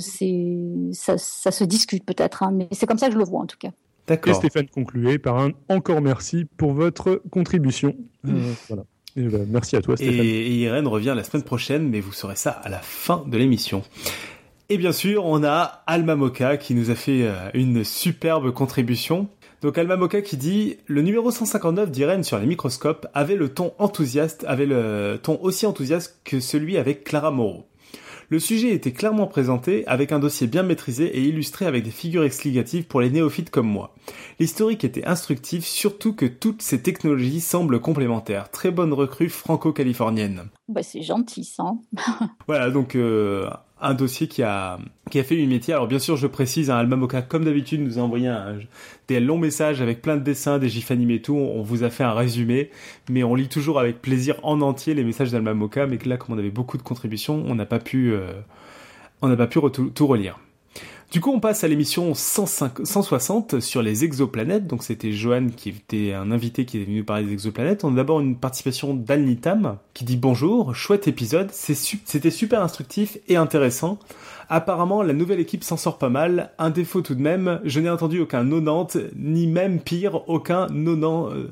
se discute peut-être, hein, mais c'est comme ça que je le vois en tout cas. D'accord. Et Stéphane concluait par un encore merci pour votre contribution. Voilà. Et merci à toi Stéphane. Et Irène revient la semaine prochaine, mais vous saurez ça à la fin de l'émission. Et bien sûr, on a Alma Moka qui nous a fait une superbe contribution. Donc Alma Moka qui dit « Le numéro 159 d'Irène sur les microscopes avait le ton aussi enthousiaste que celui avec Clara Moreau. Le sujet était clairement présenté, avec un dossier bien maîtrisé et illustré avec des figures explicatives pour les néophytes comme moi. L'historique était instructif, surtout que toutes ces technologies semblent complémentaires. Très bonne recrue franco-californienne. » Bah c'est gentil ça. Voilà, donc un dossier qui a fait du métier. Alors bien sûr, je précise, Alma Moka, comme d'habitude, nous a envoyé des longs messages avec plein de dessins, des gifs animés et tout. On vous a fait un résumé, mais on lit toujours avec plaisir en entier les messages d'Alma Moka, mais que là, comme on avait beaucoup de contributions, on n'a pas pu tout relire. Du coup, on passe à l'émission 160 sur les exoplanètes. Donc, c'était Johan qui était un invité qui est venu nous parler des exoplanètes. On a d'abord une participation d'Alnitam qui dit bonjour, chouette épisode, c'était super instructif et intéressant. Apparemment, la nouvelle équipe s'en sort pas mal. Un défaut tout de même, je n'ai entendu aucun 90, ni même pire, aucun 90.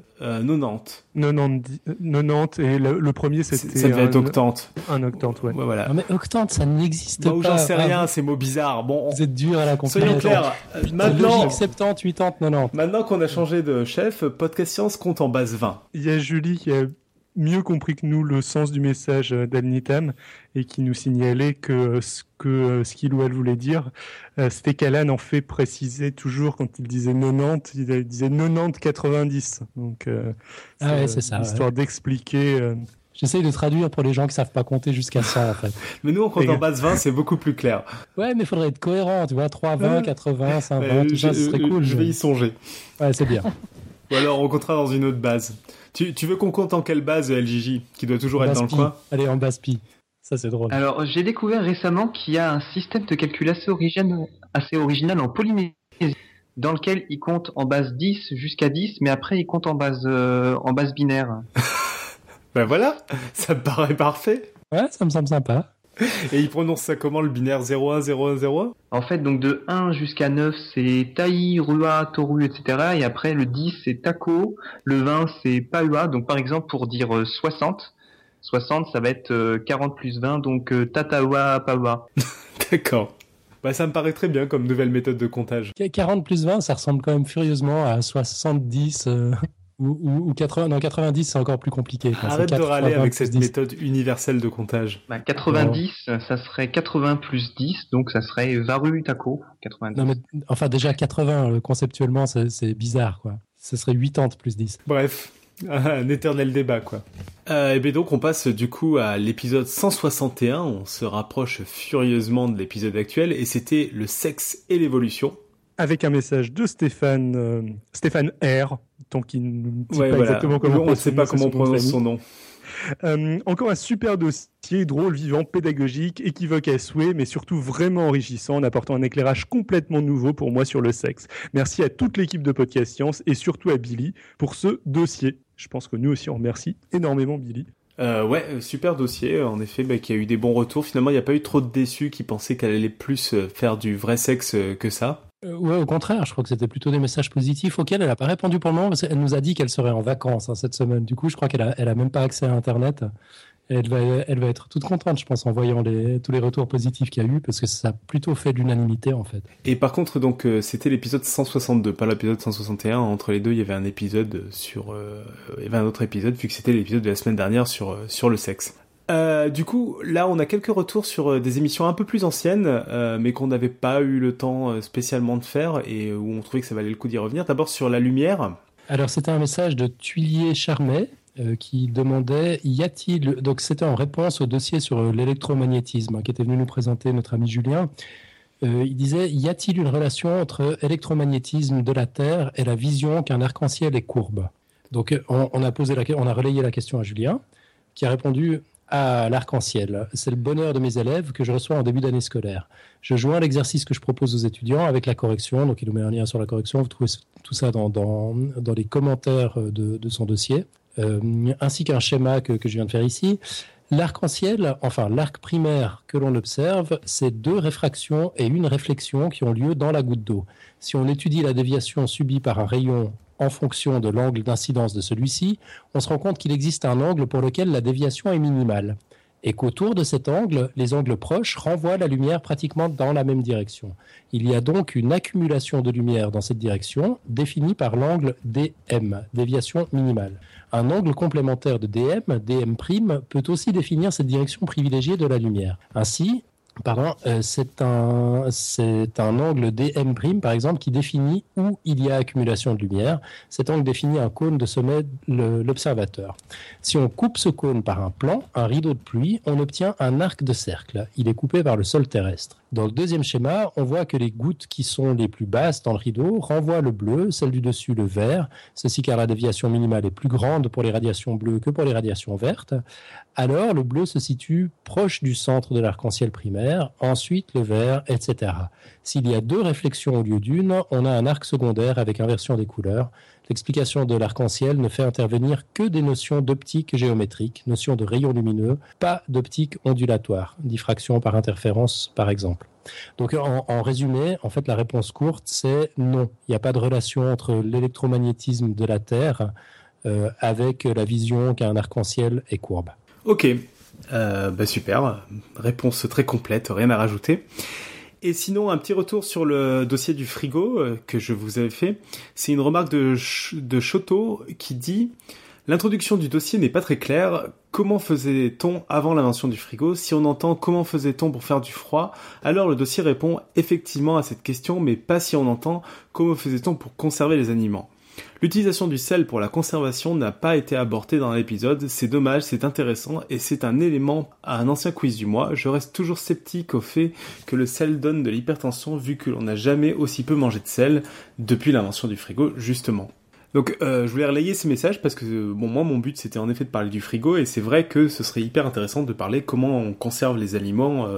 90 et le premier c'était... Ça devait être octante. Un octante, ouais. Voilà. Non, mais octante, ça n'existe pas. J'en sais rien, ces mots bizarres. Bon, vous êtes dur à la comprendre. Soyons clairs. Maintenant, logique 70, 80, 90. Maintenant qu'on a changé de chef, Podcast Science compte en base 20. Il y a Julie qui a mieux compris que nous le sens du message d'Alnitam et qui nous signalait que ce qu'il ou elle voulait dire, c'était qu'Alan en fait préciser toujours quand il disait 90, il disait 90-90. Donc, ouais, c'est ça. Histoire d'expliquer... J'essaye de traduire pour les gens qui savent pas compter jusqu'à 100, en fait. Mais nous, on compte en base 20, c'est beaucoup plus clair. Ouais, mais il faudrait être cohérent, tu vois, 3, 20, 80, 50, tout ça, ce serait cool. Je vais y songer. Ouais, c'est bien. Ou alors, on comptera dans une autre base. Tu veux qu'on compte en quelle base, LJJ, qui doit toujours être dans le coin? Allez, en base pi. Ça, c'est drôle. Alors, j'ai découvert récemment qu'il y a un système de calcul assez original en Polynésie, dans lequel il compte en base 10 jusqu'à 10, mais après, il compte en base binaire. Ben voilà, ça me paraît parfait. Ouais, ça me semble sympa. Et il prononce ça comment, le binaire 010101? En fait, donc de 1 jusqu'à 9, c'est Taï, Rua, Toru, etc. Et après, le 10, c'est Tako. Le 20, c'est Paua. Donc, par exemple, pour dire 60, ça va être 40 plus 20, donc Tatawa, Paua. D'accord. Bah, ça me paraît très bien comme nouvelle méthode de comptage. 40 plus 20, ça ressemble quand même furieusement à 70... Ou 80, non, 90, c'est encore plus compliqué. Arrête de râler avec cette méthode universelle de comptage. 90, ça serait 80 plus 10, donc ça serait Varu Tako, 90. Non, mais enfin, déjà 80, conceptuellement, c'est bizarre, quoi. Ce serait 80 plus 10. Bref, un éternel débat, quoi. Et bien donc, on passe du coup à l'épisode 161. On se rapproche furieusement de l'épisode actuel, et c'était le sexe et l'évolution. Avec un message de Stéphane R, tant qu'il ne dit pas exactement comment on ne sait pas comment on prononce son nom. Encore un super dossier, drôle, vivant, pédagogique, équivoque à souhait, mais surtout vraiment enrichissant, en apportant un éclairage complètement nouveau pour moi sur le sexe. Merci à toute l'équipe de Podcast Science et surtout à Billy pour ce dossier. Je pense que nous aussi on remercie énormément Billy. Ouais, super dossier, en effet, qui a eu des bons retours. Finalement, il n'y a pas eu trop de déçus qui pensaient qu'elle allait plus faire du vrai sexe que ça. Ouais, au contraire, je crois que c'était plutôt des messages positifs auxquels elle n'a pas répondu pour le moment, parce qu'elle nous a dit qu'elle serait en vacances cette semaine. Du coup, je crois qu'elle a même pas accès à Internet. Elle va être toute contente, je pense, en voyant tous les retours positifs qu'il y a eu, parce que ça a plutôt fait l'unanimité, en fait. Et par contre, donc, c'était l'épisode 162, pas l'épisode 161. Entre les deux, il y avait un épisode il y avait un autre épisode, vu que c'était l'épisode de la semaine dernière sur le sexe. Du coup, là, on a quelques retours sur des émissions un peu plus anciennes, mais qu'on n'avait pas eu le temps spécialement de faire, et où on trouvait que ça valait le coup d'y revenir. D'abord, sur la lumière. Alors, c'était un message de Tuilier Charmet, qui demandait donc c'était en réponse au dossier sur l'électromagnétisme qui était venu nous présenter notre ami Julien. Il disait, y a-t-il une relation entre électromagnétisme de la Terre et la vision qu'un arc-en-ciel est courbe? Donc on a relayé la question à Julien, qui a répondu à l'arc-en-ciel. C'est le bonheur de mes élèves que je reçois en début d'année scolaire. Je joins l'exercice que je propose aux étudiants avec la correction. Donc il nous met un lien sur la correction. Vous trouvez tout ça dans les commentaires de son dossier. Ainsi qu'un schéma que je viens de faire ici. L'arc-en-ciel, enfin l'arc primaire que l'on observe, c'est 2 réfractions et une réflexion qui ont lieu dans la goutte d'eau. Si on étudie la déviation subie par un rayon en fonction de l'angle d'incidence de celui-ci, on se rend compte qu'il existe un angle pour lequel la déviation est minimale, et qu'autour de cet angle, les angles proches renvoient la lumière pratiquement dans la même direction. Il y a donc une accumulation de lumière dans cette direction, définie par l'angle DM, déviation minimale. Un angle complémentaire de DM, DM', peut aussi définir cette direction privilégiée de la lumière. Ainsi, c'est un angle DM', par exemple, qui définit où il y a accumulation de lumière. Cet angle définit un cône de sommet de l'observateur. Si on coupe ce cône par un plan, un rideau de pluie, on obtient un arc de cercle. Il est coupé par le sol terrestre. Dans le deuxième schéma, on voit que les gouttes qui sont les plus basses dans le rideau renvoient le bleu, celle du dessus le vert, ceci car la déviation minimale est plus grande pour les radiations bleues que pour les radiations vertes. Alors, le bleu se situe proche du centre de l'arc-en-ciel primaire, ensuite le vert, etc. S'il y a 2 réflexions au lieu d'une, on a un arc secondaire avec inversion des couleurs. L'explication de l'arc-en-ciel ne fait intervenir que des notions d'optique géométrique, notions de rayons lumineux, pas d'optique ondulatoire, diffraction par interférence par exemple. Donc en résumé, en fait la réponse courte c'est non, il n'y a pas de relation entre l'électromagnétisme de la Terre avec la vision qu'un arc-en-ciel est courbe. Ok, super, réponse très complète, rien à rajouter. Et sinon, un petit retour sur le dossier du frigo que je vous avais fait. C'est une remarque de Choto qui dit « L'introduction du dossier n'est pas très claire. Comment faisait-on avant l'invention du frigo ? Si on entend comment faisait-on pour faire du froid, alors le dossier répond effectivement à cette question, mais pas si on entend comment faisait-on pour conserver les aliments. L'utilisation du sel pour la conservation n'a pas été abordée dans l'épisode, c'est dommage, c'est intéressant et c'est un élément à un ancien quiz du mois. Je reste toujours sceptique au fait que le sel donne de l'hypertension vu que l'on n'a jamais aussi peu mangé de sel depuis l'invention du frigo, justement. Donc je voulais relayer ces messages parce que moi mon but c'était en effet de parler du frigo et c'est vrai que ce serait hyper intéressant de parler comment on conserve les aliments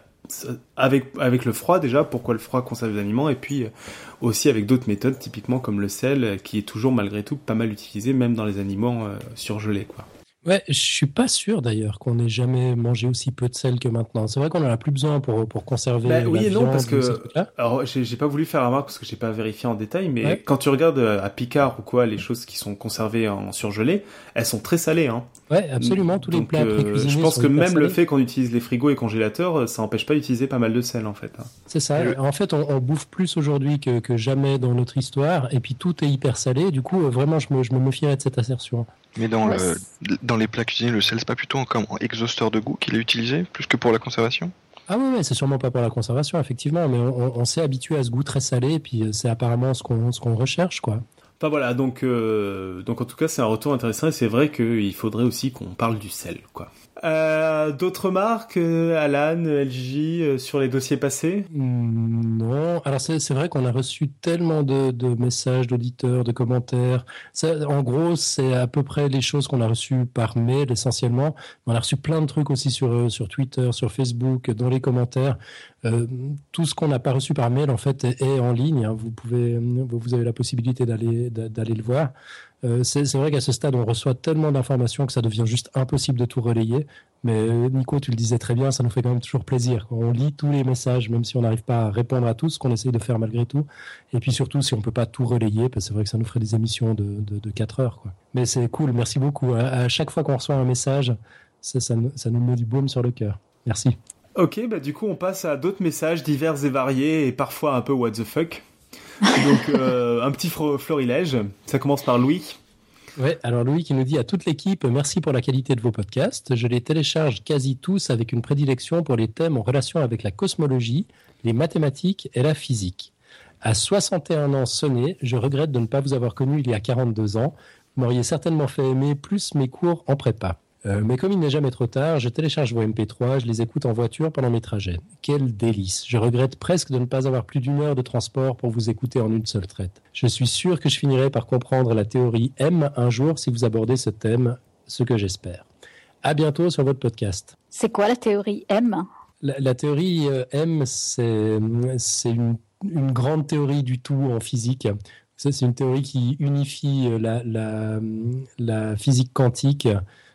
avec le froid déjà, pourquoi le froid conserve les aliments, et puis aussi avec d'autres méthodes, typiquement comme le sel, qui est toujours malgré tout pas mal utilisé, même dans les aliments surgelés, quoi. Ouais, je suis pas sûr d'ailleurs qu'on ait jamais mangé aussi peu de sel que maintenant. C'est vrai qu'on en a plus besoin pour conserver la oui et non, viande, parce que alors j'ai pas voulu faire la remarque parce que j'ai pas vérifié en détail, mais quand tu regardes à Picard ou quoi, les choses qui sont conservées en surgelé, elles sont très salées, hein. Ouais, absolument, tous les plats pré-cuisinés. Je pense que même salés. le fait qu'on utilise les frigos et congélateurs, ça empêche pas d'utiliser pas mal de sel en fait. Hein. C'est ça. En fait, on bouffe plus aujourd'hui que jamais dans notre histoire, et puis tout est hyper salé. Du coup, vraiment, je me méfierais de cette assertion. Mais dans les plats cuisinés, le sel, c'est pas plutôt en exhausteur de goût qu'il est utilisé, plus que pour la conservation ? Ah ouais, c'est sûrement pas pour la conservation, effectivement, mais on s'est habitué à ce goût très salé, et puis c'est apparemment ce qu'on recherche, quoi. Enfin voilà, donc en tout cas, c'est un retour intéressant, et c'est vrai qu'il faudrait aussi qu'on parle du sel, quoi. D'autres marques, Alan, LG, sur les dossiers passés ? Non. Alors c'est vrai qu'on a reçu tellement de messages d'auditeurs, de commentaires. Ça, en gros, c'est à peu près les choses qu'on a reçues par mail essentiellement. On a reçu plein de trucs aussi sur Twitter, sur Facebook, dans les commentaires. Tout ce qu'on n'a pas reçu par mail en fait est en ligne. Hein. Vous avez la possibilité d'aller le voir. C'est vrai qu'à ce stade, on reçoit tellement d'informations que ça devient juste impossible de tout relayer. Mais Nico, tu le disais très bien, ça nous fait quand même toujours plaisir. On lit tous les messages, même si on n'arrive pas à répondre à tous, ce qu'on essaye de faire malgré tout. Et puis surtout, si on ne peut pas tout relayer, parce que c'est vrai que ça nous ferait des émissions de 4 heures, quoi. Mais c'est cool, merci beaucoup. À chaque fois qu'on reçoit un message, ça nous met du baume sur le cœur. Merci. Ok, bah du coup on passe à d'autres messages divers et variés et parfois un peu what the fuck. Donc un petit florilège. Ça commence par Louis. Ouais, alors Louis qui nous dit à toute l'équipe, merci pour la qualité de vos podcasts. Je les télécharge quasi tous avec une prédilection pour les thèmes en relation avec la cosmologie, les mathématiques et la physique. À 61 ans sonnés, je regrette de ne pas vous avoir connu il y a 42 ans. Vous m'auriez certainement fait aimer plus mes cours en prépa. Mais comme il n'est jamais trop tard, je télécharge vos MP3, je les écoute en voiture pendant mes trajets. Quel délice! Je regrette presque de ne pas avoir plus d'1 heure de transport pour vous écouter en une seule traite. Je suis sûr que je finirai par comprendre la théorie M un jour si vous abordez ce thème, ce que j'espère. À bientôt sur votre podcast. C'est quoi la théorie M? La théorie M, c'est une grande théorie du tout en physique. Ça, c'est une théorie qui unifie la physique quantique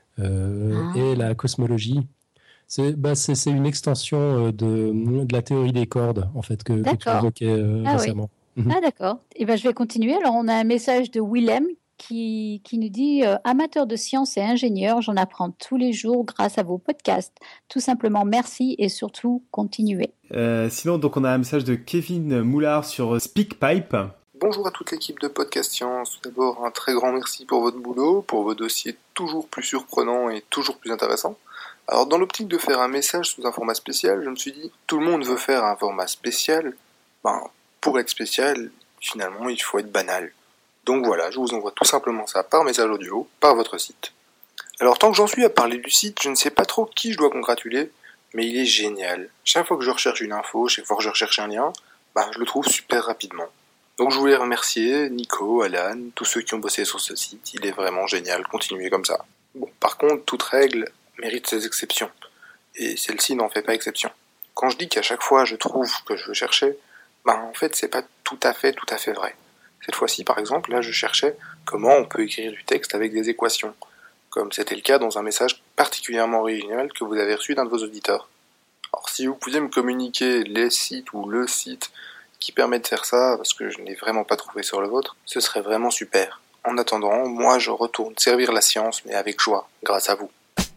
et la cosmologie. C'est une extension de la théorie des cordes, en fait, que tu évoquais récemment. Oui. Ah, d'accord. Et ben, je vais continuer. Alors, on a un message de Willem qui nous dit amateur de sciences et ingénieur, j'en apprends tous les jours grâce à vos podcasts. Tout simplement, merci et surtout, continuez. Sinon, donc, on a un message de Kevin Moulard sur SpeakPipe. Bonjour à toute l'équipe de Podcast Science. Tout d'abord, un très grand merci pour votre boulot, pour vos dossiers toujours plus surprenants et toujours plus intéressants. Alors, dans l'optique de faire un message sous un format spécial, je me suis dit, tout le monde veut faire un format spécial. Pour être spécial, finalement, il faut être banal. Donc voilà, je vous envoie tout simplement ça par message audio, par votre site. Alors, tant que j'en suis à parler du site, je ne sais pas trop qui je dois congratuler, mais il est génial. Chaque fois que je recherche une info, chaque fois que je recherche un lien, je le trouve super rapidement. Donc je voulais remercier Nico, Alan, tous ceux qui ont bossé sur ce site, il est vraiment génial, continuez comme ça. Bon, par contre, toute règle mérite ses exceptions, et celle-ci n'en fait pas exception. Quand je dis qu'à chaque fois je trouve ce que je veux chercher, en fait c'est pas tout à fait vrai. Cette fois-ci par exemple, là je cherchais comment on peut écrire du texte avec des équations, comme c'était le cas dans un message particulièrement original que vous avez reçu d'un de vos auditeurs. Alors si vous pouviez me communiquer les sites ou le site qui permet de faire ça, parce que je n'ai vraiment pas trouvé sur le vôtre, ce serait vraiment super. En attendant, moi je retourne servir la science, mais avec joie, grâce à vous.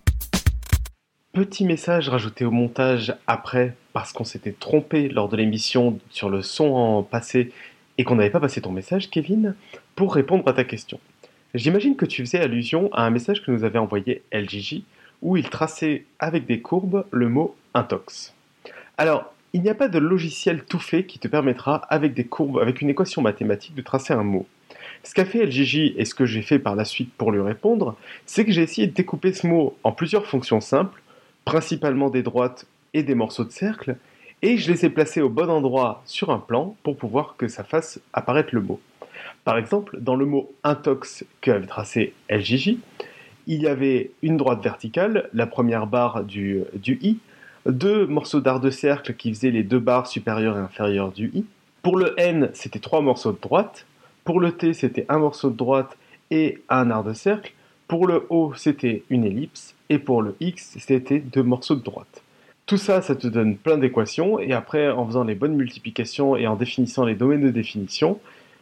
Petit message rajouté au montage après, parce qu'on s'était trompé lors de l'émission sur le son en passé et qu'on n'avait pas passé ton message, Kevin, pour répondre à ta question. J'imagine que tu faisais allusion à un message que nous avait envoyé LJJ, où il traçait avec des courbes le mot intox. Alors, il n'y a pas de logiciel tout fait qui te permettra, avec des courbes, avec une équation mathématique, de tracer un mot. Ce qu'a fait LJJ et ce que j'ai fait par la suite pour lui répondre, c'est que j'ai essayé de découper ce mot en plusieurs fonctions simples, principalement des droites et des morceaux de cercle, et je les ai placés au bon endroit sur un plan pour pouvoir que ça fasse apparaître le mot. Par exemple, dans le mot intox qu'avait tracé LJJ, il y avait une droite verticale, la première barre du I, 2 morceaux d'arc de cercle qui faisaient les 2 barres supérieures et inférieures du I. Pour le N, c'était 3 morceaux de droite. Pour le T, c'était un morceau de droite et un arc de cercle. Pour le O, c'était une ellipse. Et pour le X, c'était 2 morceaux de droite. Tout ça, ça te donne plein d'équations. Et après, en faisant les bonnes multiplications et en définissant les domaines de définition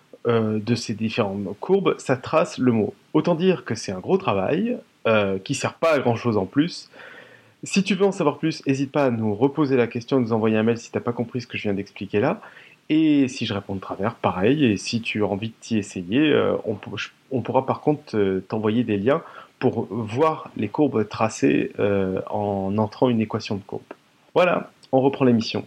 de ces différentes courbes, ça trace le mot. Autant dire que c'est un gros travail qui ne sert pas à grand-chose en plus. Si tu veux en savoir plus, n'hésite pas à nous reposer la question, nous envoyer un mail si tu n'as pas compris ce que je viens d'expliquer là. Et si je réponds de travers, pareil. Et si tu as envie de t'y essayer, on pourra par contre t'envoyer des liens pour voir les courbes tracées en entrant une équation de courbe. Voilà, on reprend l'émission.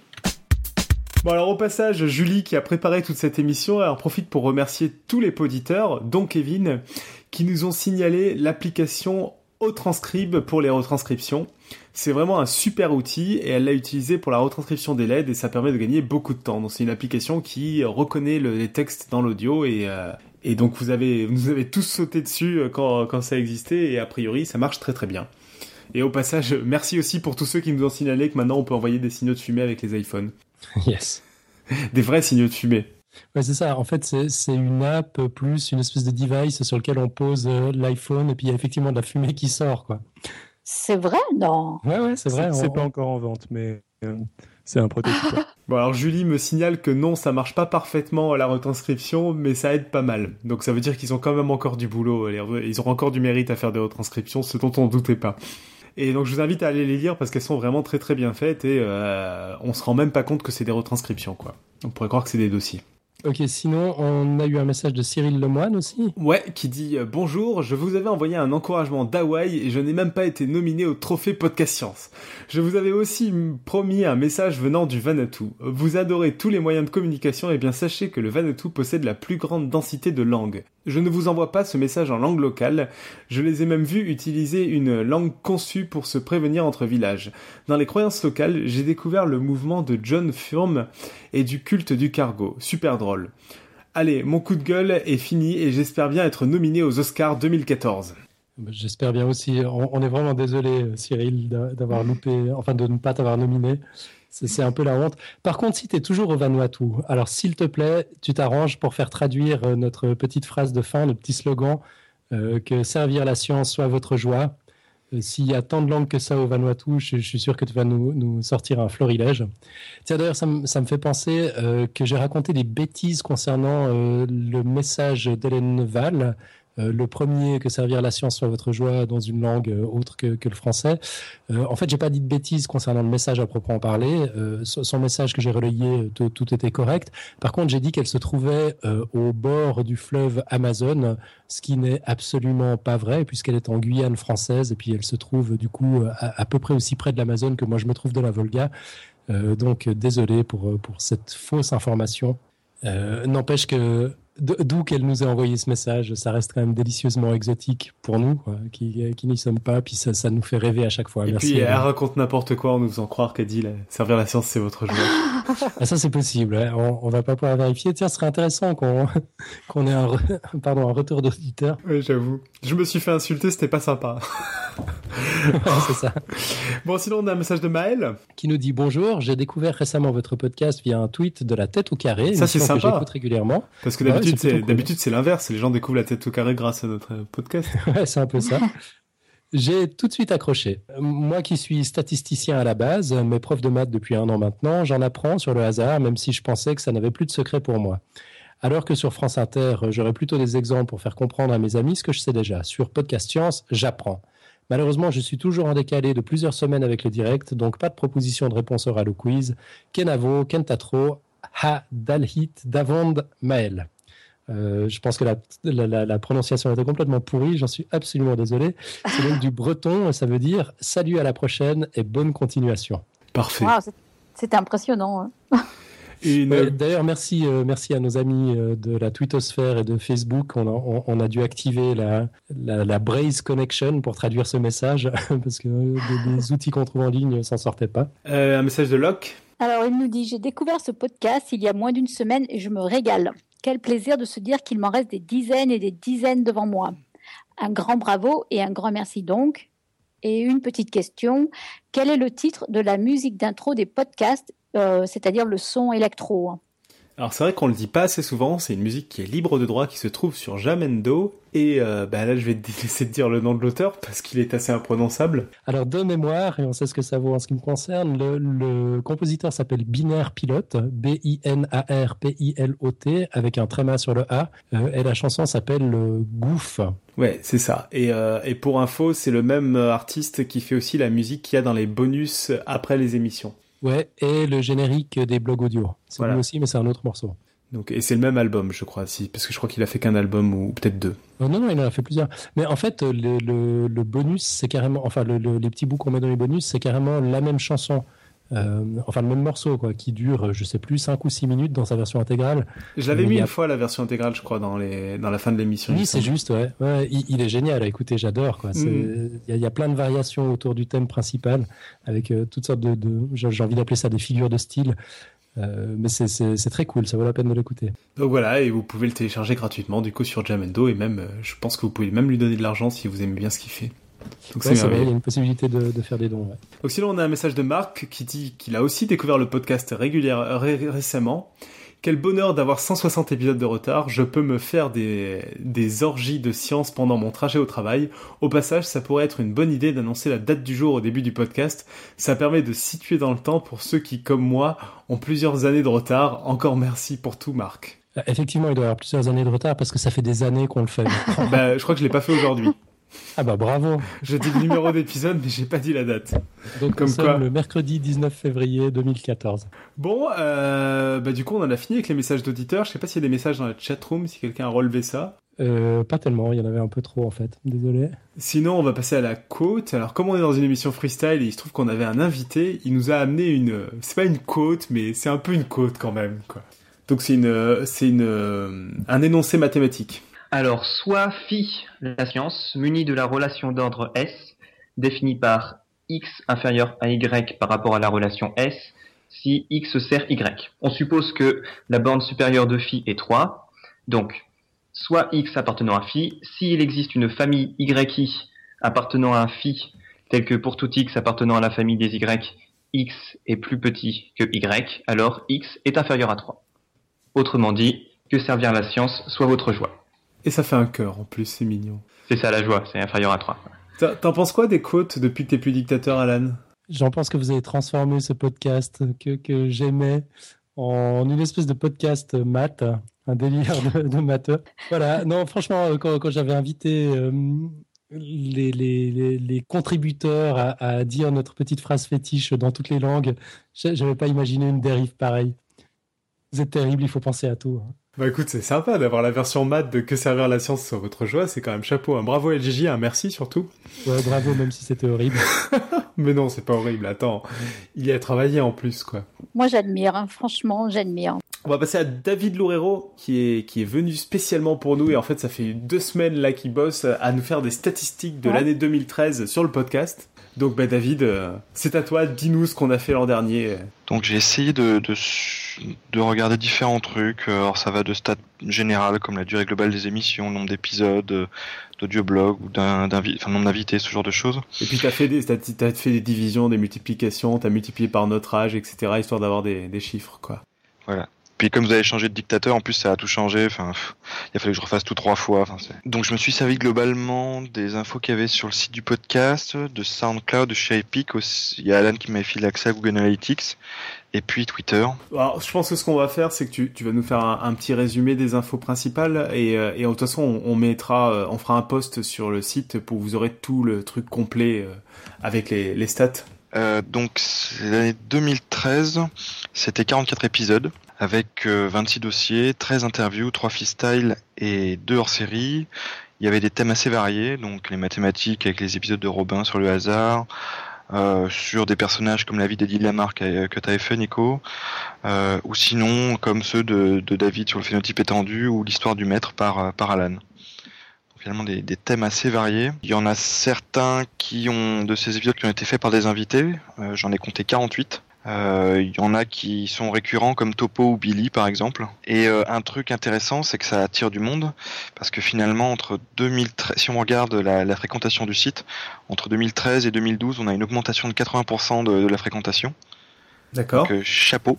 Bon alors au passage, Julie qui a préparé toute cette émission, elle en profite pour remercier tous les poditeurs, dont Kevin, qui nous ont signalé l'application Autranscribe pour les retranscriptions. C'est vraiment un super outil et elle l'a utilisé pour la retranscription des LED et ça permet de gagner beaucoup de temps. Donc c'est une application qui reconnaît les textes dans l'audio et donc vous avez tous sauté dessus quand ça existait et a priori ça marche très très bien. Et au passage, merci aussi pour tous ceux qui nous ont signalé que maintenant on peut envoyer des signaux de fumée avec les iPhones. Yes. Des vrais signaux de fumée. Ouais, c'est ça. En fait, c'est une app plus une espèce de device sur lequel on pose l'iPhone et puis il y a effectivement de la fumée qui sort, quoi. C'est vrai, non? Ouais, c'est vrai. C'est pas encore en vente, mais c'est un prototype. Bon, alors Julie me signale que non, ça marche pas parfaitement à la retranscription, mais ça aide pas mal. Donc ça veut dire qu'ils ont quand même encore du boulot. Ils auront encore du mérite à faire des retranscriptions, ce dont on ne doutait pas. Et donc je vous invite à aller les lire parce qu'elles sont vraiment très très bien faites et on se rend même pas compte que c'est des retranscriptions, quoi. On pourrait croire que c'est des dossiers. Ok, sinon, on a eu un message de Cyril Lemoine aussi. Ouais, qui dit « Bonjour, je vous avais envoyé un encouragement d'Hawaï et je n'ai même pas été nominé au trophée Podcast Science. Je vous avais aussi promis un message venant du Vanuatu. Vous adorez tous les moyens de communication et bien sachez que le Vanuatu possède la plus grande densité de langues. Je ne vous envoie pas ce message en langue locale, je les ai même vus utiliser une langue conçue pour se prévenir entre villages. Dans les croyances locales, j'ai découvert le mouvement de John Furm et du culte du cargo. Super drôle. Allez, mon coup de gueule est fini et j'espère bien être nominé aux Oscars 2014. J'espère bien aussi. On est vraiment désolé, Cyril, d'avoir loupé, enfin de ne pas t'avoir nominé. C'est un peu la honte. Par contre, si tu es toujours au Vanuatu, alors s'il te plaît, tu t'arranges pour faire traduire notre petite phrase de fin, le petit slogan que servir la science soit votre joie. S'il y a tant de langues que ça au Vanuatu, je suis sûr que tu vas nous sortir un florilège. Tiens, d'ailleurs, ça me fait penser que j'ai raconté des bêtises concernant le message d'Hélène Val, le premier que servir la science soit votre joie dans une langue autre que le français. En fait, j'ai pas dit de bêtises concernant le message à proprement parler. Son message que j'ai relayé, tout était correct. Par contre, j'ai dit qu'elle se trouvait au bord du fleuve Amazon, ce qui n'est absolument pas vrai, puisqu'elle est en Guyane française, et puis elle se trouve du coup à peu près aussi près de l'Amazon que moi je me trouve de la Volga. Donc, désolé pour cette fausse information. N'empêche que d'où qu'elle nous ait envoyé ce message, ça reste quand même délicieusement exotique pour nous, quoi, qui n'y sommes pas, puis ça nous fait rêver à chaque fois. Et merci, puis elle raconte n'importe quoi en nous faisant croire qu'elle dit servir la science c'est votre joie. Ah, ça c'est possible, ouais. On va pas pouvoir vérifier. Tiens, ce serait intéressant qu'on ait un retour d'auditeur. Oui, j'avoue. Je me suis fait insulter, c'était pas sympa. C'est ça. Bon, sinon on a un message de Maël qui nous dit bonjour, j'ai découvert récemment votre podcast via un tweet de la tête au carré. Ça c'est sympa. Que j'écoute régulièrement. Parce que d'habitude c'est l'inverse, les gens découvrent la tête au carré grâce à notre podcast. Ouais, c'est un peu ça. J'ai tout de suite accroché. Moi qui suis statisticien à la base, mes profs de maths depuis 1 an maintenant, j'en apprends sur le hasard, même si je pensais que ça n'avait plus de secret pour moi. Alors que sur France Inter, j'aurais plutôt des exemples pour faire comprendre à mes amis ce que je sais déjà. Sur Podcast Science, j'apprends. Malheureusement, je suis toujours en décalé de plusieurs semaines avec le direct, donc pas de proposition de réponse orale au quiz. Kenavo, Kentatro, Ha, Dalhit, Davond, Maël. Je pense que la prononciation était complètement pourrie, j'en suis absolument désolé. C'est donc du breton, ça veut dire salut à la prochaine et bonne continuation. Parfait. Wow, c'est impressionnant. Hein. D'ailleurs, merci à nos amis de la twittosphère et de Facebook. On a dû activer la Braze Connection pour traduire ce message parce que des outils qu'on trouve en ligne ne s'en sortaient pas. Un message de Locke. Alors, il nous dit « J'ai découvert ce podcast il y a moins d'1 semaine et je me régale. Quel plaisir de se dire qu'il m'en reste des dizaines et des dizaines devant moi. Un grand bravo et un grand merci donc. Et une petite question, quel est le titre de la musique d'intro des podcasts, c'est-à-dire le son électro ?» Alors c'est vrai qu'on le dit pas assez souvent, c'est une musique qui est libre de droit, qui se trouve sur Jamendo, et là je vais te laisser te dire le nom de l'auteur, parce qu'il est assez imprononçable. Alors de mémoire, et on sait ce que ça vaut en ce qui me concerne, le compositeur s'appelle Binaire Pilote, B-I-N-A-R-P-I-L-O-T, avec un tréma sur le A, et la chanson s'appelle Goof. Ouais, c'est ça. Et pour info, c'est le même artiste qui fait aussi la musique qu'il y a dans les bonus après les émissions. Ouais, et le générique des blogs audio. C'est voilà. Lui aussi, mais c'est un autre morceau. Donc, et c'est le même album, je crois, parce que je crois qu'il a fait qu'un album ou peut-être 2. Non, il en a fait plusieurs. Mais en fait, le bonus, c'est carrément, enfin, les petits bouts qu'on met dans les bonus, c'est carrément la même chanson. Enfin, le même morceau, quoi, qui dure, je sais plus, 5 ou 6 minutes dans sa version intégrale. Je l'avais mis une fois, la version intégrale, je crois, dans la fin de l'émission. Oui, c'est juste, ouais. Il est génial à écouter, j'adore, quoi. Il y a plein de variations autour du thème principal, avec toutes sortes j'ai envie d'appeler ça des figures de style. Mais c'est très cool, ça vaut la peine de l'écouter. Donc voilà, et vous pouvez le télécharger gratuitement, du coup, sur Jamendo, et même, je pense que vous pouvez même lui donner de l'argent si vous aimez bien ce qu'il fait. Donc c'est vrai, il y a une possibilité de faire des dons. Ouais. Donc sinon, on a un message de Marc qui dit qu'il a aussi découvert le podcast récemment. Quel bonheur d'avoir 160 épisodes de retard. Je peux me faire des orgies de science pendant mon trajet au travail. Au passage, ça pourrait être une bonne idée d'annoncer la date du jour au début du podcast. Ça permet de situer dans le temps pour ceux qui, comme moi, ont plusieurs années de retard. Encore merci pour tout, Marc. Effectivement, il doit y avoir plusieurs années de retard parce que ça fait des années qu'on le fait. Je crois que je l'ai pas fait aujourd'hui. Ah bah bravo. J'ai dit le numéro d'épisode, mais j'ai pas dit la date. Donc Comme nous sommes quoi. le mercredi 19 février 2014. Bon, du coup, on en a fini avec les messages d'auditeurs. Je sais pas s'il y a des messages dans la chatroom, si quelqu'un a relevé ça. Pas tellement, il y en avait un peu trop en fait. Désolé. Sinon, on va passer à la côte. Alors, comme on est dans une émission freestyle, et il se trouve qu'on avait un invité, il nous a amené c'est pas une côte, mais c'est un peu une côte quand même, quoi. Donc, c'est un énoncé mathématique. Alors, soit phi, la science, munie de la relation d'ordre S, définie par x inférieur à y par rapport à la relation S, si x sert y. On suppose que la borne supérieure de phi est 3, donc soit x appartenant à phi, s'il existe une famille yi appartenant à un phi, tel que pour tout x appartenant à la famille des y, x est plus petit que y, alors x est inférieur à 3. Autrement dit, que servir la science soit votre joie. Et ça fait un cœur, en plus, c'est mignon. C'est ça la joie, c'est inférieur à 3. T'en penses quoi des côtes depuis que t'es plus dictateur, Alan ? J'en pense que vous avez transformé ce podcast que j'aimais en une espèce de podcast maths, un délire de matheux. Voilà, non, franchement, quand j'avais invité les contributeurs à dire notre petite phrase fétiche dans toutes les langues, j'avais pas imaginé une dérive pareille. Vous êtes terrible, il faut penser à tout. Bah écoute, c'est sympa d'avoir la version maths de Que servir la science soit votre joie, c'est quand même chapeau. Un bravo LGJ, un merci surtout. Ouais, bravo, même si c'était horrible. Mais non, c'est pas horrible, attends. Il y a travaillé en plus, quoi. Moi, j'admire, hein. Franchement, j'admire. On va passer à David Loureiro, qui est venu spécialement pour nous, et en fait, ça fait 2 semaines là qu'il bosse à nous faire des statistiques de l'année 2013 sur le podcast. Donc David, c'est à toi, dis-nous ce qu'on a fait l'an dernier. Donc j'ai essayé de regarder différents trucs. Alors ça va de stats générales comme la durée globale des émissions, le nombre d'épisodes, d'audioblog ou nombre d'invités, ce genre de choses. Et puis t'as fait des divisions, des multiplications, t'as multiplié par notre âge, etc. histoire d'avoir des chiffres, quoi. Voilà. Puis comme vous avez changé de dictateur, en plus ça a tout changé. Enfin, il a fallu que je refasse tout 3 fois. Donc je me suis servi globalement des infos qu'il y avait sur le site du podcast, de SoundCloud, de chez Epic aussi. Il y a Alan qui m'avait filé l'accès à Google Analytics. Et puis Twitter. Alors, je pense que ce qu'on va faire, c'est que tu vas nous faire un petit résumé des infos principales et de toute façon, on fera un post sur le site pour vous aurez tout le truc complet avec les stats. Donc l'année 2013, c'était 44 épisodes avec 26 dossiers, 13 interviews, 3 freestyle et 2 hors-série. Il y avait des thèmes assez variés, donc les mathématiques avec les épisodes de Robin sur le hasard, sur des personnages comme la vie d'Eddie Lamarck que tu avais fait, Nico, ou sinon comme ceux de David sur le phénotype étendu ou l'histoire du maître par Alan. Finalement des thèmes assez variés. Il y en a certains de ces épisodes qui ont été faits par des invités, j'en ai compté 48. Il y en a qui sont récurrents comme Topo ou Billy par exemple. Et un truc intéressant, c'est que ça attire du monde parce que finalement entre 2013, si on regarde la fréquentation du site, entre 2013 et 2012, on a une augmentation de 80% de la fréquentation. D'accord. Donc chapeau.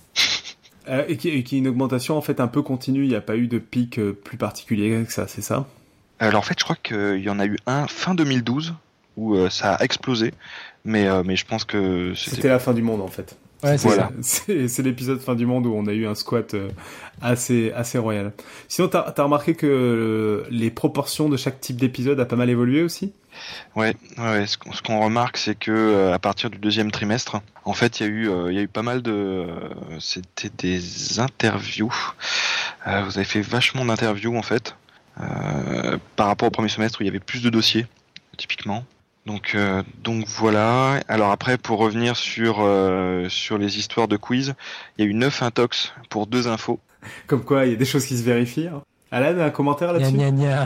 Et qui est une augmentation en fait un peu continue, il n'y a pas eu de pic plus particulier que ça, c'est ça ? Alors en fait, je crois qu'il y en a eu un fin 2012 où ça a explosé, mais je pense que c'était la fin du monde en fait. Ouais, c'est l'épisode fin du monde où on a eu un squat assez royal. Sinon, t'as remarqué que les proportions de chaque type d'épisode a pas mal évolué aussi ? Ouais. Ce qu'on remarque, c'est que à partir du 2e trimestre, en fait, il y a eu pas mal c'était des interviews. Vous avez fait vachement d'interviews en fait. Par rapport au premier semestre où il y avait plus de dossiers typiquement. Donc voilà. Alors après, pour revenir sur les histoires de quiz, il y a eu 9 intox pour 2 infos. Comme quoi, il y a des choses qui se vérifient. Hein. Alan, un commentaire là-dessus ? Gna.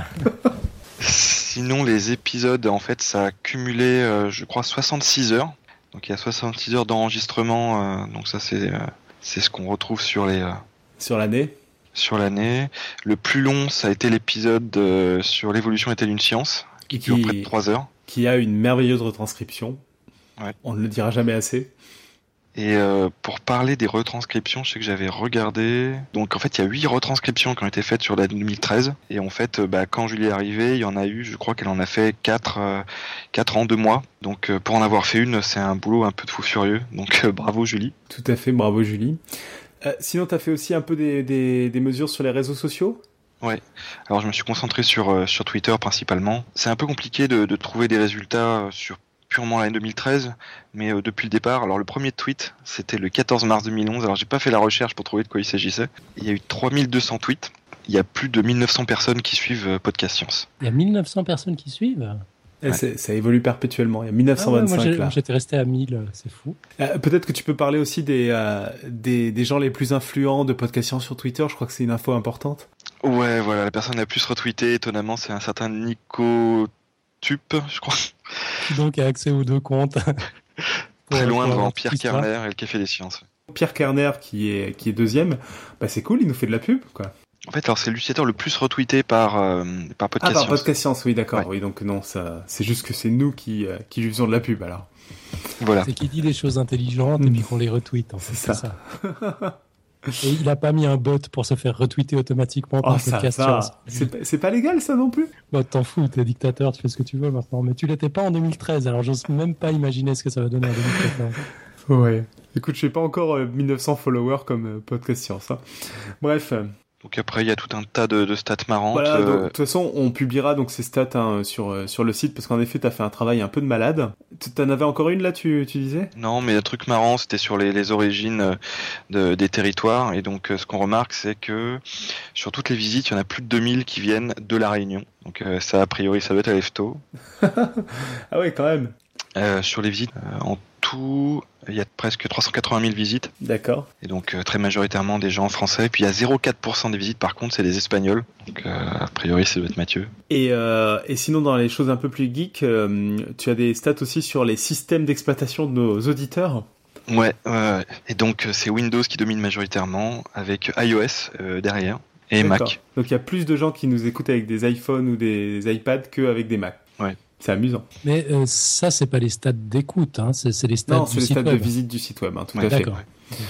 Sinon, les épisodes, en fait, ça a cumulé, je crois, 66 heures. Donc il y a 66 heures d'enregistrement. Donc ça, c'est ce qu'on retrouve sur l'année. Sur l'année. Le plus long, ça a été l'épisode sur l'évolution est-elle une science, qui dure près de 3 heures. Qui a une merveilleuse retranscription. Ouais. On ne le dira jamais assez. Et pour parler des retranscriptions, je sais que j'avais regardé. Donc en fait, il y a 8 retranscriptions qui ont été faites sur l'année 2013. Et en fait, quand Julie est arrivée, il y en a eu, je crois qu'elle en a fait 4 en 2 mois. Donc pour en avoir fait une, c'est un boulot un peu de fou furieux. Donc bravo Julie. Tout à fait, bravo Julie. Sinon, tu as fait aussi un peu des mesures sur les réseaux sociaux ? Ouais. Alors je me suis concentré sur Twitter principalement. C'est un peu compliqué de trouver des résultats sur purement l'année 2013, mais depuis le départ. Alors le premier tweet, c'était le 14 mars 2011. Alors j'ai pas fait la recherche pour trouver de quoi il s'agissait. Il y a eu 3200 tweets. Il y a plus de 1900 personnes qui suivent Podcast Science. Il y a 1900 personnes qui suivent. Ouais. Ça évolue perpétuellement. Il y a 1925 moi, j'étais resté à 1000, c'est fou. Peut-être que tu peux parler aussi des gens les plus influents de Podcast Science sur Twitter. Je crois que c'est une info importante. Ouais, voilà, la personne la plus retweetée, étonnamment, c'est un certain Nico Tup, je crois. Qui donc a accès aux 2 comptes. Très loin devant Pierre Kerner et le Café des Sciences. Pierre Kerner qui est deuxième, bah c'est cool, il nous fait de la pub, quoi. En fait, alors c'est l'utilisateur le plus retweeté par Podcast Science. Par Podcast Science, oui, d'accord. Ouais. Oui, donc non, ça, c'est juste que c'est nous qui lui faisons de la pub, alors. Voilà. C'est qu'il dit des choses intelligentes et puis qu'on les retweet, en fait. C'est ça. Et il a pas mis un bot pour se faire retweeter automatiquement par Podcast Science. C'est pas légal, ça non plus? Bah, t'en fous, t'es dictateur, tu fais ce que tu veux maintenant. Mais tu l'étais pas en 2013, alors j'ose même pas imaginer ce que ça va donner en 2014. Ouais. Écoute, je sais pas encore 1900 followers comme Podcast Science. Hein. Bref. Donc après, il y a tout un tas de stats marrantes. Voilà, de toute façon, on publiera donc ces stats sur le site, parce qu'en effet, t'as fait un travail un peu de malade. T'en avais encore une là, tu disais? Non, mais un truc marrant, c'était sur les origines des territoires. Et donc, ce qu'on remarque, c'est que sur toutes les visites, il y en a plus de 2000 qui viennent de La Réunion. Donc ça, a priori, ça doit être à l'EFTO. Ah ouais, quand même. Sur les visites, en tout, il y a presque 380 000 visites. D'accord. Et donc très majoritairement des gens français. Et puis il y a 0,4% des visites, par contre, c'est des Espagnols. Donc a priori, ça doit être Mathieu. Et sinon, dans les choses un peu plus geek, tu as des stats aussi sur les systèmes d'exploitation de nos auditeurs? Ouais. Et donc c'est Windows qui domine majoritairement, avec iOS derrière, et D'accord. Mac. Donc il y a plus de gens qui nous écoutent avec des iPhones ou des iPads qu'avec des Mac. Ouais. C'est amusant. Mais ça, c'est pas les stats d'écoute, hein. C'est les stats du site web. Non, c'est les stats de visite du site web, hein, tout à fait. D'accord.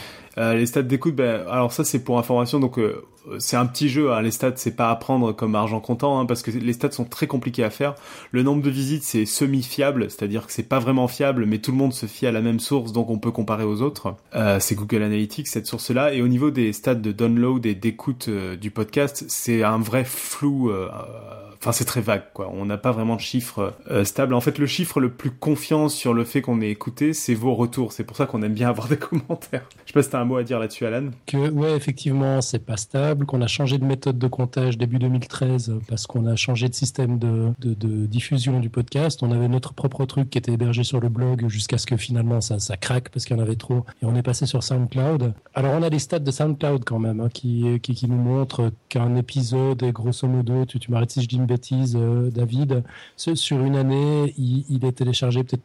Les stats d'écoute, alors ça c'est pour information, donc c'est un petit jeu, hein. Les stats c'est pas à prendre comme argent comptant, hein, parce que les stats sont très compliqués à faire. Le nombre de visites c'est semi-fiable, c'est-à-dire que c'est pas vraiment fiable, mais tout le monde se fie à la même source, donc on peut comparer aux autres. C'est Google Analytics, cette source-là, et au niveau des stats de download et d'écoute du podcast, c'est un vrai flou. Enfin, c'est très vague, quoi. On n'a pas vraiment de chiffres stables. En fait, le chiffre le plus confiant sur le fait qu'on ait écouté, c'est vos retours. C'est pour ça qu'on aime bien avoir des commentaires. Je sais pas si t'as un mot à dire là-dessus, Alan. Ouais, effectivement, c'est pas stable. Qu'on a changé de méthode de comptage début 2013 parce qu'on a changé de système de diffusion du podcast. On avait notre propre truc qui était hébergé sur le blog jusqu'à ce que finalement ça craque parce qu'il y en avait trop. Et on est passé sur SoundCloud. Alors, on a les stats de SoundCloud quand même, hein, qui nous montrent qu'un épisode est grosso modo, tu m'arrêtes si je dis une bêtise, David, sur une année, il est téléchargé peut-être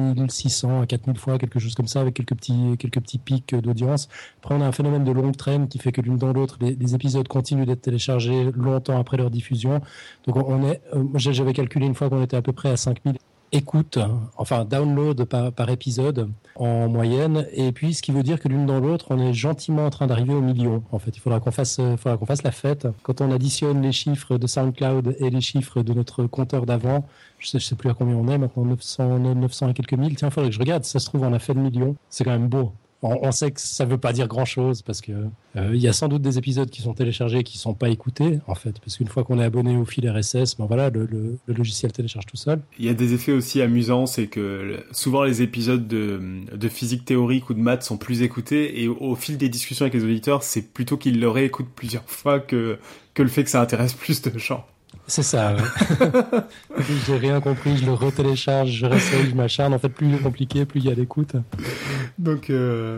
3600 à 4000 fois, quelque chose comme ça, avec quelques petits pics d'audience. Après, on a un phénomène de longue traîne qui fait que l'une dans l'autre, les épisodes continuent d'être téléchargés longtemps après leur diffusion. Donc, j'avais calculé une fois qu'on était à peu près à 5000 écoute, enfin download par épisode en moyenne, et puis ce qui veut dire que l'une dans l'autre, on est gentiment en train d'arriver au million. En fait, il faudra qu'on fasse la fête. Quand on additionne les chiffres de SoundCloud et les chiffres de notre compteur d'avant, je sais plus à combien on est maintenant, 900 et quelques mille. Tiens, il faudrait que je regarde, si ça se trouve on a fait le million. C'est quand même beau. On sait que ça veut pas dire grand-chose parce que il y a sans doute des épisodes qui sont téléchargés et qui sont pas écoutés en fait, parce qu'une fois qu'on est abonné au fil RSS, ben voilà, le logiciel télécharge tout seul. Il y a des effets aussi amusants, c'est que souvent les épisodes de physique théorique ou de maths sont plus écoutés, et au fil des discussions avec les auditeurs, c'est plutôt qu'ils le réécoutent plusieurs fois que le fait que ça intéresse plus de gens. C'est ça, ouais. J'ai rien compris, je le retélécharge, je réessaye, je m'acharne. En fait, plus il est compliqué, plus il y a d'écoute. Donc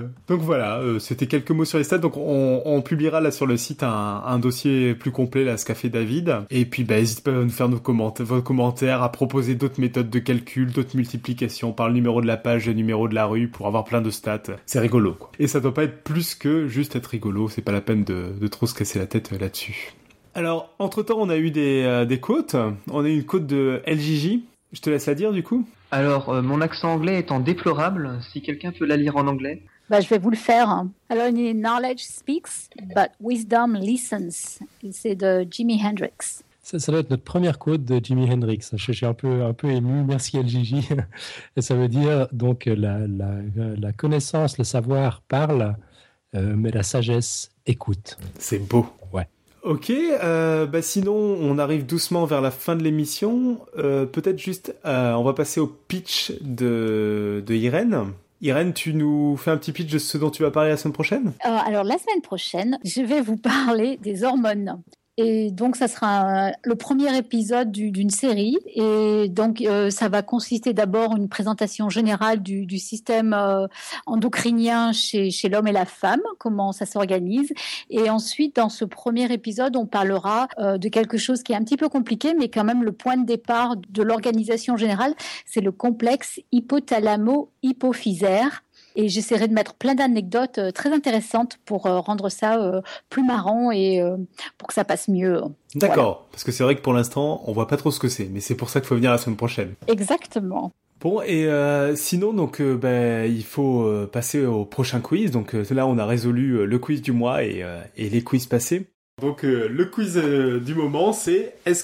voilà, c'était quelques mots sur les stats. Donc on publiera là sur le site un dossier plus complet, là, ce qu'a fait David. Et puis n'hésitez pas à nous faire vos commentaires, à proposer d'autres méthodes de calcul, d'autres multiplications par le numéro de la page, le numéro de la rue, pour avoir plein de stats. C'est rigolo, quoi. Et ça doit pas être plus que juste être rigolo. C'est pas la peine de trop se casser la tête là-dessus. Alors, entre-temps, on a eu des quotes. On a eu une quote de LJJ. Je te laisse la dire, du coup. Alors, mon accent anglais étant déplorable, si quelqu'un peut la lire en anglais. Je vais vous le faire. Alors, knowledge speaks, but wisdom listens. C'est de Jimi Hendrix. Ça doit être notre première quote de Jimi Hendrix. Je suis un peu ému. Merci LJJ. Et ça veut dire, donc, la connaissance, le savoir parle, mais la sagesse écoute. C'est beau. Ouais. Ok, sinon on arrive doucement vers la fin de l'émission. Peut-être juste, on va passer au pitch de Irène. Irène, tu nous fais un petit pitch de ce dont tu vas parler la semaine prochaine ? Alors la semaine prochaine, je vais vous parler des hormones. Et donc, ça sera le premier épisode d'une série. Et donc, ça va consister d'abord une présentation générale du système endocrinien chez l'homme et la femme, comment ça s'organise. Et ensuite, dans ce premier épisode, on parlera de quelque chose qui est un petit peu compliqué, mais quand même le point de départ de l'organisation générale, c'est le complexe hypothalamo-hypophysaire. Et j'essaierai de mettre plein d'anecdotes très intéressantes pour rendre ça plus marrant et pour que ça passe mieux. D'accord, voilà. Parce que c'est vrai que pour l'instant, on voit pas trop ce que c'est, mais c'est pour ça qu'il faut venir la semaine prochaine. Exactement. Bon, et sinon, donc, il faut passer au prochain quiz. Donc là, on a résolu le quiz du mois et les quiz passés. Donc le quiz du moment, c'est est-ce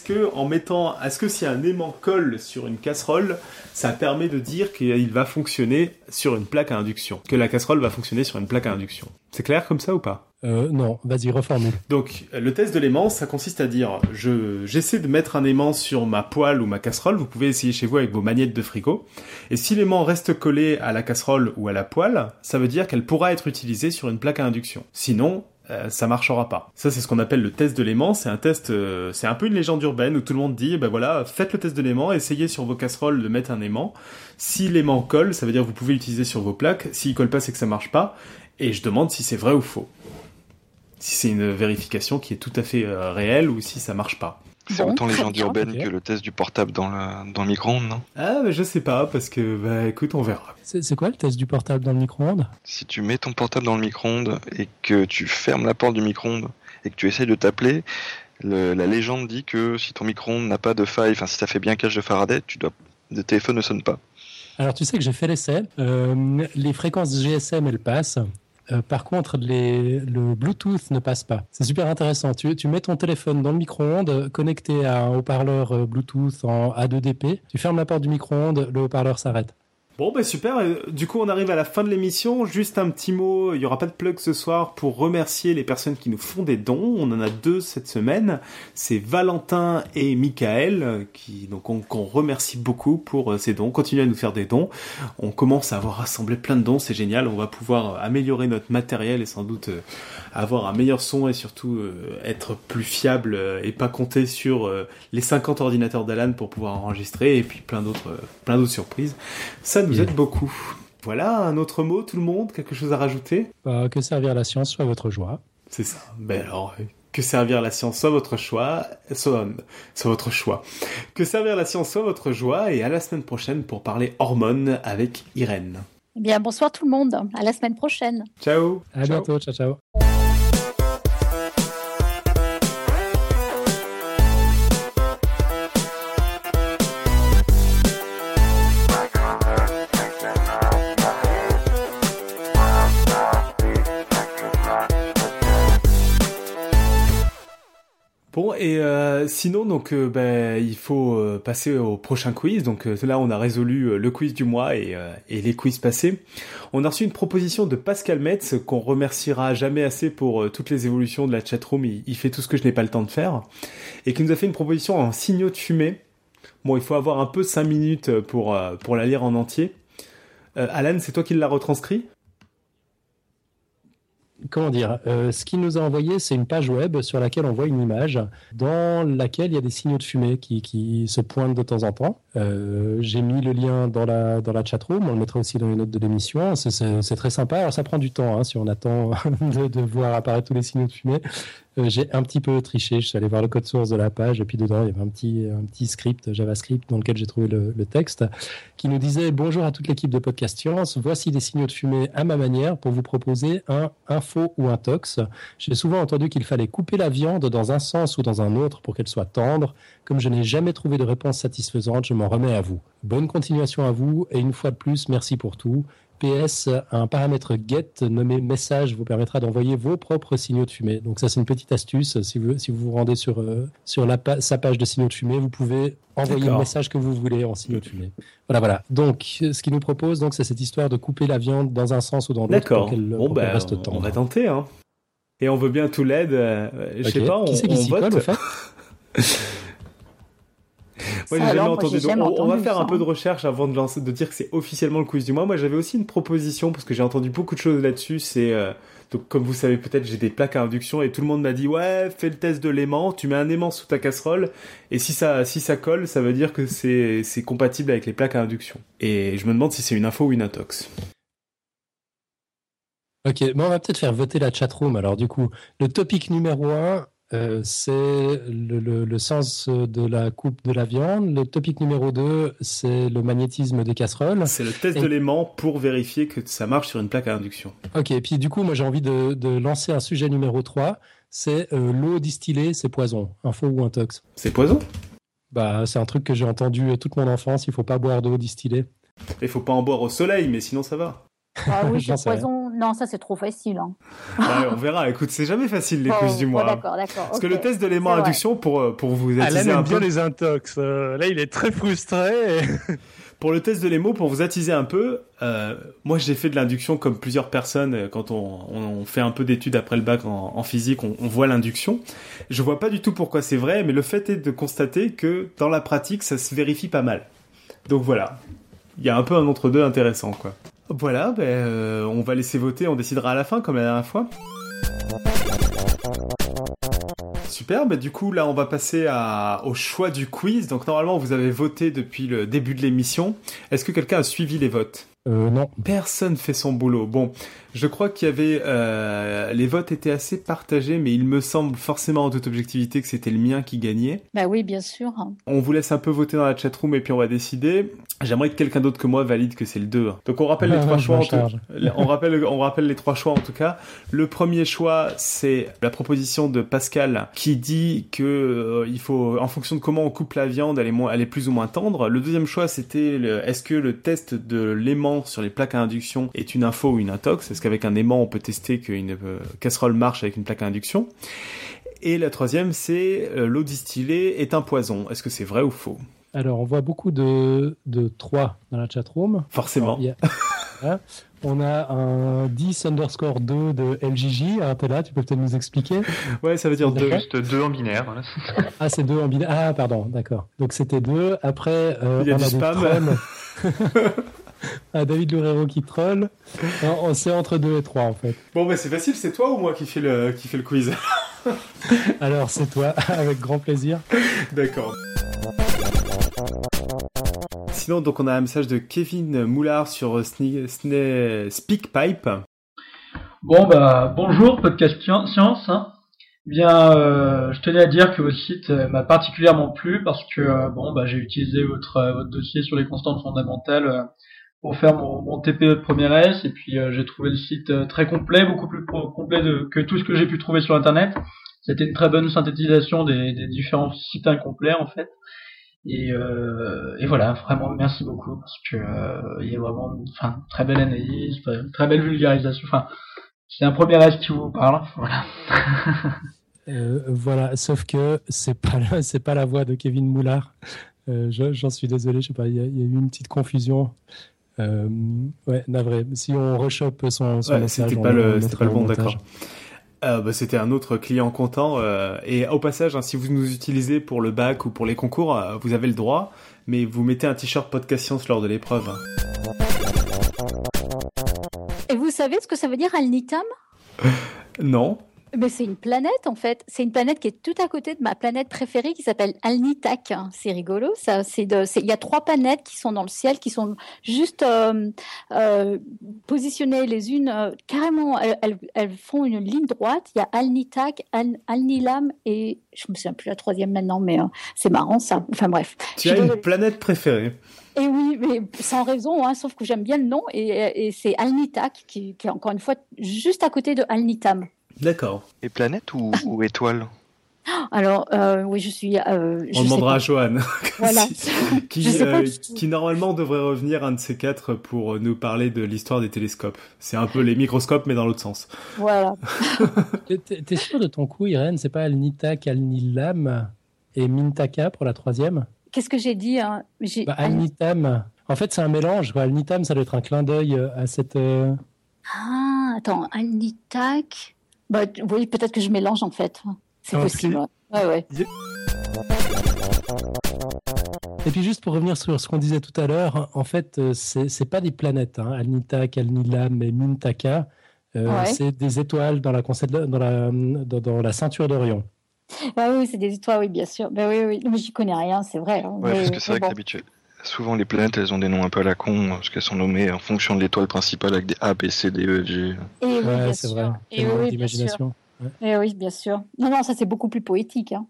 que si un aimant colle sur une casserole, ça permet de dire qu'il va fonctionner sur une plaque à induction, que la casserole va fonctionner sur une plaque à induction. C'est clair comme ça ou pas ? Non, vas-y, reformule. Donc le test de l'aimant, ça consiste à dire j'essaie de mettre un aimant sur ma poêle ou ma casserole. Vous pouvez essayer chez vous avec vos magnettes de frigo. Et si l'aimant reste collé à la casserole ou à la poêle, ça veut dire qu'elle pourra être utilisée sur une plaque à induction. Sinon, ça marchera pas. Ça, c'est ce qu'on appelle le test de l'aimant. C'est un test, c'est un peu une légende urbaine où tout le monde dit, faites le test de l'aimant, essayez sur vos casseroles de mettre un aimant. Si l'aimant colle, ça veut dire que vous pouvez l'utiliser sur vos plaques. S'il colle pas, c'est que ça marche pas. Et je demande si c'est vrai ou faux. Si c'est une vérification qui est tout à fait réelle ou si ça marche pas. C'est autant légende urbaine que le test du portable dans le micro-ondes, non ? Ah, mais je sais pas, parce que, écoute, on verra. C'est quoi le test du portable dans le micro-ondes ? Si tu mets ton portable dans le micro-ondes et que tu fermes la porte du micro-ondes et que tu essayes de t'appeler, la légende dit que si ton micro-ondes n'a pas de faille, enfin si ça fait bien cage de Faraday, le téléphone ne sonne pas. Alors tu sais que j'ai fait l'essai, les fréquences GSM elles passent. Par contre, le Bluetooth ne passe pas. C'est super intéressant. Tu mets ton téléphone dans le micro-ondes, connecté à un haut-parleur Bluetooth en A2DP. Tu fermes la porte du micro-ondes, le haut-parleur s'arrête. Bon, super. Du coup, on arrive à la fin de l'émission. Juste un petit mot. Il n'y aura pas de plug ce soir pour remercier les personnes qui nous font des dons. On en a 2 cette semaine. C'est Valentin et Michael qu'on remercie beaucoup pour ces dons. Continuez à nous faire des dons. On commence à avoir rassemblé plein de dons. C'est génial. On va pouvoir améliorer notre matériel et sans doute avoir un meilleur son et surtout être plus fiable et pas compter sur les 50 ordinateurs d'Alan pour pouvoir enregistrer et puis plein d'autres surprises. Ça nous aide beaucoup. Voilà, un autre mot, tout le monde, quelque chose à rajouter ? Que servir la science soit votre joie. C'est ça. Alors, que servir la science soit votre choix, soit votre choix. Que servir la science soit votre joie, et à la semaine prochaine pour parler hormones avec Irène. Eh bien, bonsoir tout le monde. À la semaine prochaine. Ciao. À bientôt. Ciao, ciao. Bon, et sinon, donc, il faut passer au prochain quiz. Donc là, on a résolu le quiz du mois et les quiz passés. On a reçu une proposition de Pascal Metz, qu'on remerciera jamais assez pour toutes les évolutions de la chatroom. Il fait tout ce que je n'ai pas le temps de faire. Et qui nous a fait une proposition en signaux de fumée. Bon, il faut avoir un peu 5 minutes pour la lire en entier. Alan, c'est toi qui l'as retranscrit ? Comment dire, ce qu'il nous a envoyé, c'est une page web sur laquelle on voit une image dans laquelle il y a des signaux de fumée qui se pointent de temps en temps. J'ai mis le lien dans la chatroom, on le mettra aussi dans les notes de l'émission. C'est très sympa. Alors ça prend du temps si on attend de voir apparaître tous les signaux de fumée. J'ai un petit peu triché, je suis allé voir le code source de la page et puis dedans il y avait un petit script JavaScript dans lequel j'ai trouvé le texte qui nous disait: bonjour à toute l'équipe de Podcast Science, voici des signaux de fumée à ma manière pour vous proposer un info ou un tox. J'ai souvent entendu qu'il fallait couper la viande dans un sens ou dans un autre pour qu'elle soit tendre. Comme je n'ai jamais trouvé de réponse satisfaisante, je m'en remets à vous. Bonne continuation à vous et une fois de plus, merci pour tout. PS, un paramètre get nommé message vous permettra d'envoyer vos propres signaux de fumée. Donc ça, c'est une petite astuce. Si vous vous rendez sur sa page de signaux de fumée, vous pouvez envoyer le message que vous voulez en signaux de fumée. Voilà. Donc, ce qu'il nous propose, c'est cette histoire de couper la viande dans un sens ou dans l'autre pour qu'elle reste tendre. On va tenter. Et on veut bien tout l'aide. Je sais pas, qui c'est qui s'y vote. colle, au fait? Moi, j'ai jamais entendu. Donc, on va faire un peu de recherche avant de dire que c'est officiellement le quiz du mois. Moi, j'avais aussi une proposition parce que j'ai entendu beaucoup de choses là-dessus. Donc, comme vous savez peut-être, j'ai des plaques à induction et tout le monde m'a dit ouais, fais le test de l'aimant. Tu mets un aimant sous ta casserole et si ça colle, ça veut dire que c'est compatible avec les plaques à induction. Et je me demande si c'est une info ou une intox. Ok, bon, on va peut-être faire voter la chatroom. Alors du coup, le topic numéro 1, c'est le sens de la coupe de la viande. Le topic numéro 2, c'est le magnétisme des casseroles. C'est le test de l'aimant pour vérifier que ça marche sur une plaque à induction. Ok, et puis du coup, moi j'ai envie de lancer un sujet numéro 3, c'est l'eau distillée, c'est poison. Info ou intox? C'est poison? Bah, c'est un truc que j'ai entendu toute mon enfance, il faut pas boire d'eau distillée. Il faut pas en boire au soleil, mais sinon ça va. Ah oui, c'est poison. Non, ça c'est trop facile. Hein. Ouais, on verra. Écoute, c'est jamais facile les quiz du mois. D'accord. Parce que le test de l'aimant à induction, pour vous attiser Alain un aime peu. bien les intox. Là, il est très frustré. Pour le test de l'aimant, pour vous attiser un peu, moi j'ai fait de l'induction comme plusieurs personnes. Quand on fait un peu d'études après le bac en physique, on voit l'induction. Je vois pas du tout pourquoi c'est vrai, mais le fait est de constater que dans la pratique, ça se vérifie pas mal. Donc voilà. Il y a un peu un entre-deux intéressant, quoi. Voilà, on va laisser voter, on décidera à la fin, comme la dernière fois. Super, du coup, là, on va passer au choix du quiz. Donc, normalement, vous avez voté depuis le début de l'émission. Est-ce que quelqu'un a suivi les votes ? Non. Personne fait son boulot. Bon, je crois qu'il y avait... les votes étaient assez partagés, mais il me semble forcément en toute objectivité que c'était le mien qui gagnait. Bah oui, bien sûr. On vous laisse un peu voter dans la chatroom et puis on va décider. J'aimerais que quelqu'un d'autre que moi valide que c'est le 2. Donc on rappelle les trois choix. On rappelle les trois choix en tout cas. Le premier choix, c'est la proposition de Pascal qui dit que il faut, en fonction de comment on coupe la viande, elle est plus ou moins tendre. Le deuxième choix, c'était est-ce que le test de l'aimant sur les plaques à induction est une info ou une intox? Est-ce qu'avec un aimant on peut tester qu'une casserole marche avec une plaque à induction? Et la troisième, c'est l'eau distillée est un poison. Est-ce que c'est vrai ou faux? Alors, on voit beaucoup de 3 dans la chatroom. Forcément. On a un 10_2 de LJJ. Alors, t'es là, tu peux peut-être nous expliquer? Ouais, ça veut dire 2. Juste 2 en binaire. Ah, c'est 2 en binaire. Ah, pardon, d'accord. Donc, c'était 2. Après, il y a on du a spam. Des trolls. David Loureiro qui troll. Non, c'est entre 2 et 3, en fait. Bon, c'est facile, c'est toi ou moi qui fais le quiz? Alors, c'est toi, avec grand plaisir. D'accord. Sinon, donc, on a un message de Kevin Moulard sur SpeakPipe. Bon, bonjour, podcast science. Hein. Bien, je tenais à dire que votre site m'a particulièrement plu parce que, j'ai utilisé votre dossier sur les constantes fondamentales pour faire mon TPE de première S, et puis j'ai trouvé le site très complet, beaucoup plus complet que tout ce que j'ai pu trouver sur Internet. C'était une très bonne synthétisation des différents sites incomplets, en fait. Et voilà, vraiment merci beaucoup parce que il y a vraiment très belle analyse, très belle vulgarisation. Enfin, c'est un premier S qui vous parle, voilà. Voilà, sauf que c'est pas la voix de Kevin Moulard. J'en suis désolé, je sais pas, il y a eu une petite confusion. Navré. Si on rechoppe son message, c'était pas le bon, d'accord. C'était un autre client content. Et au passage, si vous nous utilisez pour le bac ou pour les concours, vous avez le droit, mais vous mettez un t-shirt podcast science lors de l'épreuve. Et vous savez ce que ça veut dire Alnitam? Non. Mais c'est une planète, en fait. C'est une planète qui est tout à côté de ma planète préférée qui s'appelle Alnitak. C'est rigolo, ça. Il y a 3 planètes qui sont dans le ciel, qui sont juste positionnées les unes carrément. Elles font une ligne droite. Il y a Alnitak, Alnilam et je me souviens plus la troisième maintenant, mais c'est marrant ça. Enfin bref. Tu as une planète préférée? Et oui, mais sans raison, sauf que j'aime bien le nom. Et c'est Alnitak qui est encore une fois juste à côté de Alnitam. D'accord. Et planète ou étoile? Alors, oui, je suis... on demandera à Johan. Voilà. qui normalement devrait revenir un de ces 4 pour nous parler de l'histoire des télescopes. C'est un peu les microscopes, mais dans l'autre sens. Voilà. T'es sûr de ton coup, Irène? C'est pas Alnitak, Alnilam et Mintaka pour la troisième? Qu'est-ce que j'ai dit Alnitam. En fait, c'est un mélange. Quoi. Alnitam, ça doit être un clin d'œil à cette... Ah, attends, Alnitak... Oui, peut-être que je mélange en fait. C'est possible. Ouais. Et puis juste pour revenir sur ce qu'on disait tout à l'heure, en fait, c'est pas des planètes, hein. Alnitak, Alnilam et Mintaka. C'est des étoiles dans la ceinture d'Orion. Oui, c'est des étoiles, oui, bien sûr. Oui, mais j'y connais rien, c'est vrai. Hein. Ouais, parce que c'est vrai que d'habitude, souvent les planètes, elles ont des noms un peu à la con, parce qu'elles sont nommées en fonction de l'étoile principale avec des A, B, C, D, E, F, G. Ouais, c'est vrai. Et oui, d'imagination. Ouais. Oui, bien sûr. Non, ça c'est beaucoup plus poétique. Hein.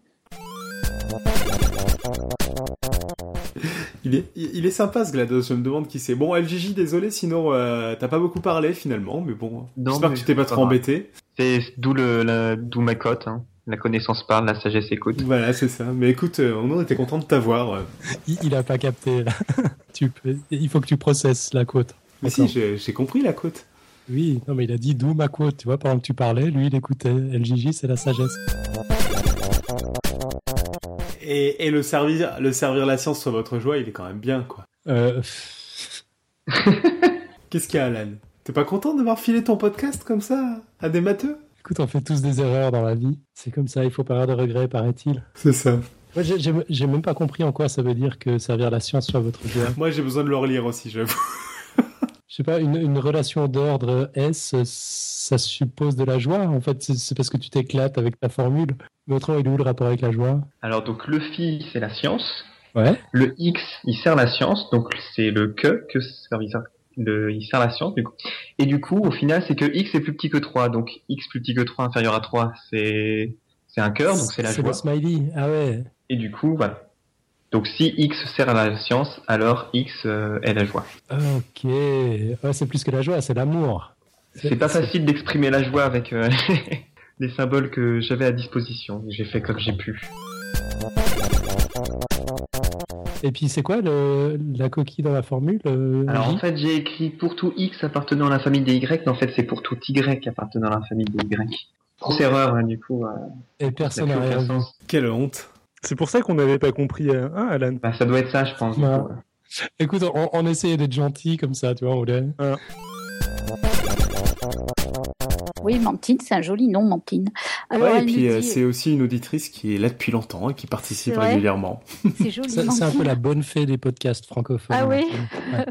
Il est sympa ce GLaDOS, je me demande qui c'est. Bon, LGJ, désolé, sinon t'as pas beaucoup parlé finalement, mais bon, j'espère que tu t'es pas trop embêté. C'est d'où ma cote, hein. La connaissance parle, la sagesse écoute. Voilà, c'est ça. Mais écoute, on était content de t'avoir. Il a pas capté. Là. Il faut que tu processes la quote. Mais si, j'ai compris la quote. Oui, non, mais il a dit d'où ma quote. Tu vois, pendant que tu parlais, lui, il écoutait. LGJ, c'est la sagesse. Et le servir la science sur votre joie, il est quand même bien, quoi. Qu'est-ce qu'il y a, Alan? T'es pas content d'avoir filé ton podcast comme ça à des matheux? Écoute, on fait tous des erreurs dans la vie. C'est comme ça, il faut pas avoir de regrets, paraît-il. C'est ça. Moi, j'ai même pas compris en quoi ça veut dire que servir la science soit votre joie. Moi, j'ai besoin de le relire aussi, j'avoue. Je sais pas, une relation d'ordre S, ça suppose de la joie. En fait, c'est parce que tu t'éclates avec ta formule. Mais autrement, il est où le rapport avec la joie? Alors, donc, le phi, c'est la science. Ouais. Le X, il sert la science. Donc, c'est le que il sert la science, du coup. Et du coup, au final, c'est que X est plus petit que 3. Donc, X plus petit que 3, inférieur à 3, c'est un cœur, donc c'est la joie. C'est le smiley, ah ouais. Et du coup, voilà. Donc, si X sert à la science, alors X est la joie. Ok. Ouais, c'est plus que la joie, c'est l'amour. C'est pas facile d'exprimer la joie avec les symboles que j'avais à disposition. J'ai fait comme j'ai pu. Et puis c'est quoi la coquille dans la formule Alors en fait j'ai écrit pour tout X appartenant à la famille des Y, mais en fait c'est pour tout Y appartenant à la famille des Y. Grosse erreur hein, du coup. Et personne n'a rien vu. Quelle honte. C'est pour ça qu'on n'avait pas compris, hein, Alan. Bah ça doit être ça je pense. Ouais. Du coup, Écoute, on essayait d'être gentil comme ça, tu vois, on voulait. Oui, Mantine, c'est un joli nom, Mantine. Alors, ouais, et puis c'est aussi une auditrice qui est là depuis longtemps et qui participe régulièrement. C'est joli. C'est un peu la bonne fée des podcasts francophones. Ah oui. Ouais.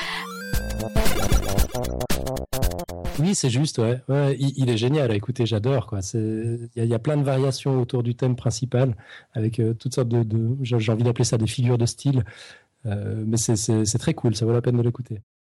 Oui, c'est juste, ouais. Il est génial à écouter, j'adore, quoi. Il y a plein de variations autour du thème principal, avec toutes sortes j'ai envie d'appeler ça des figures de style. Mais c'est très cool, ça vaut la peine de l'écouter.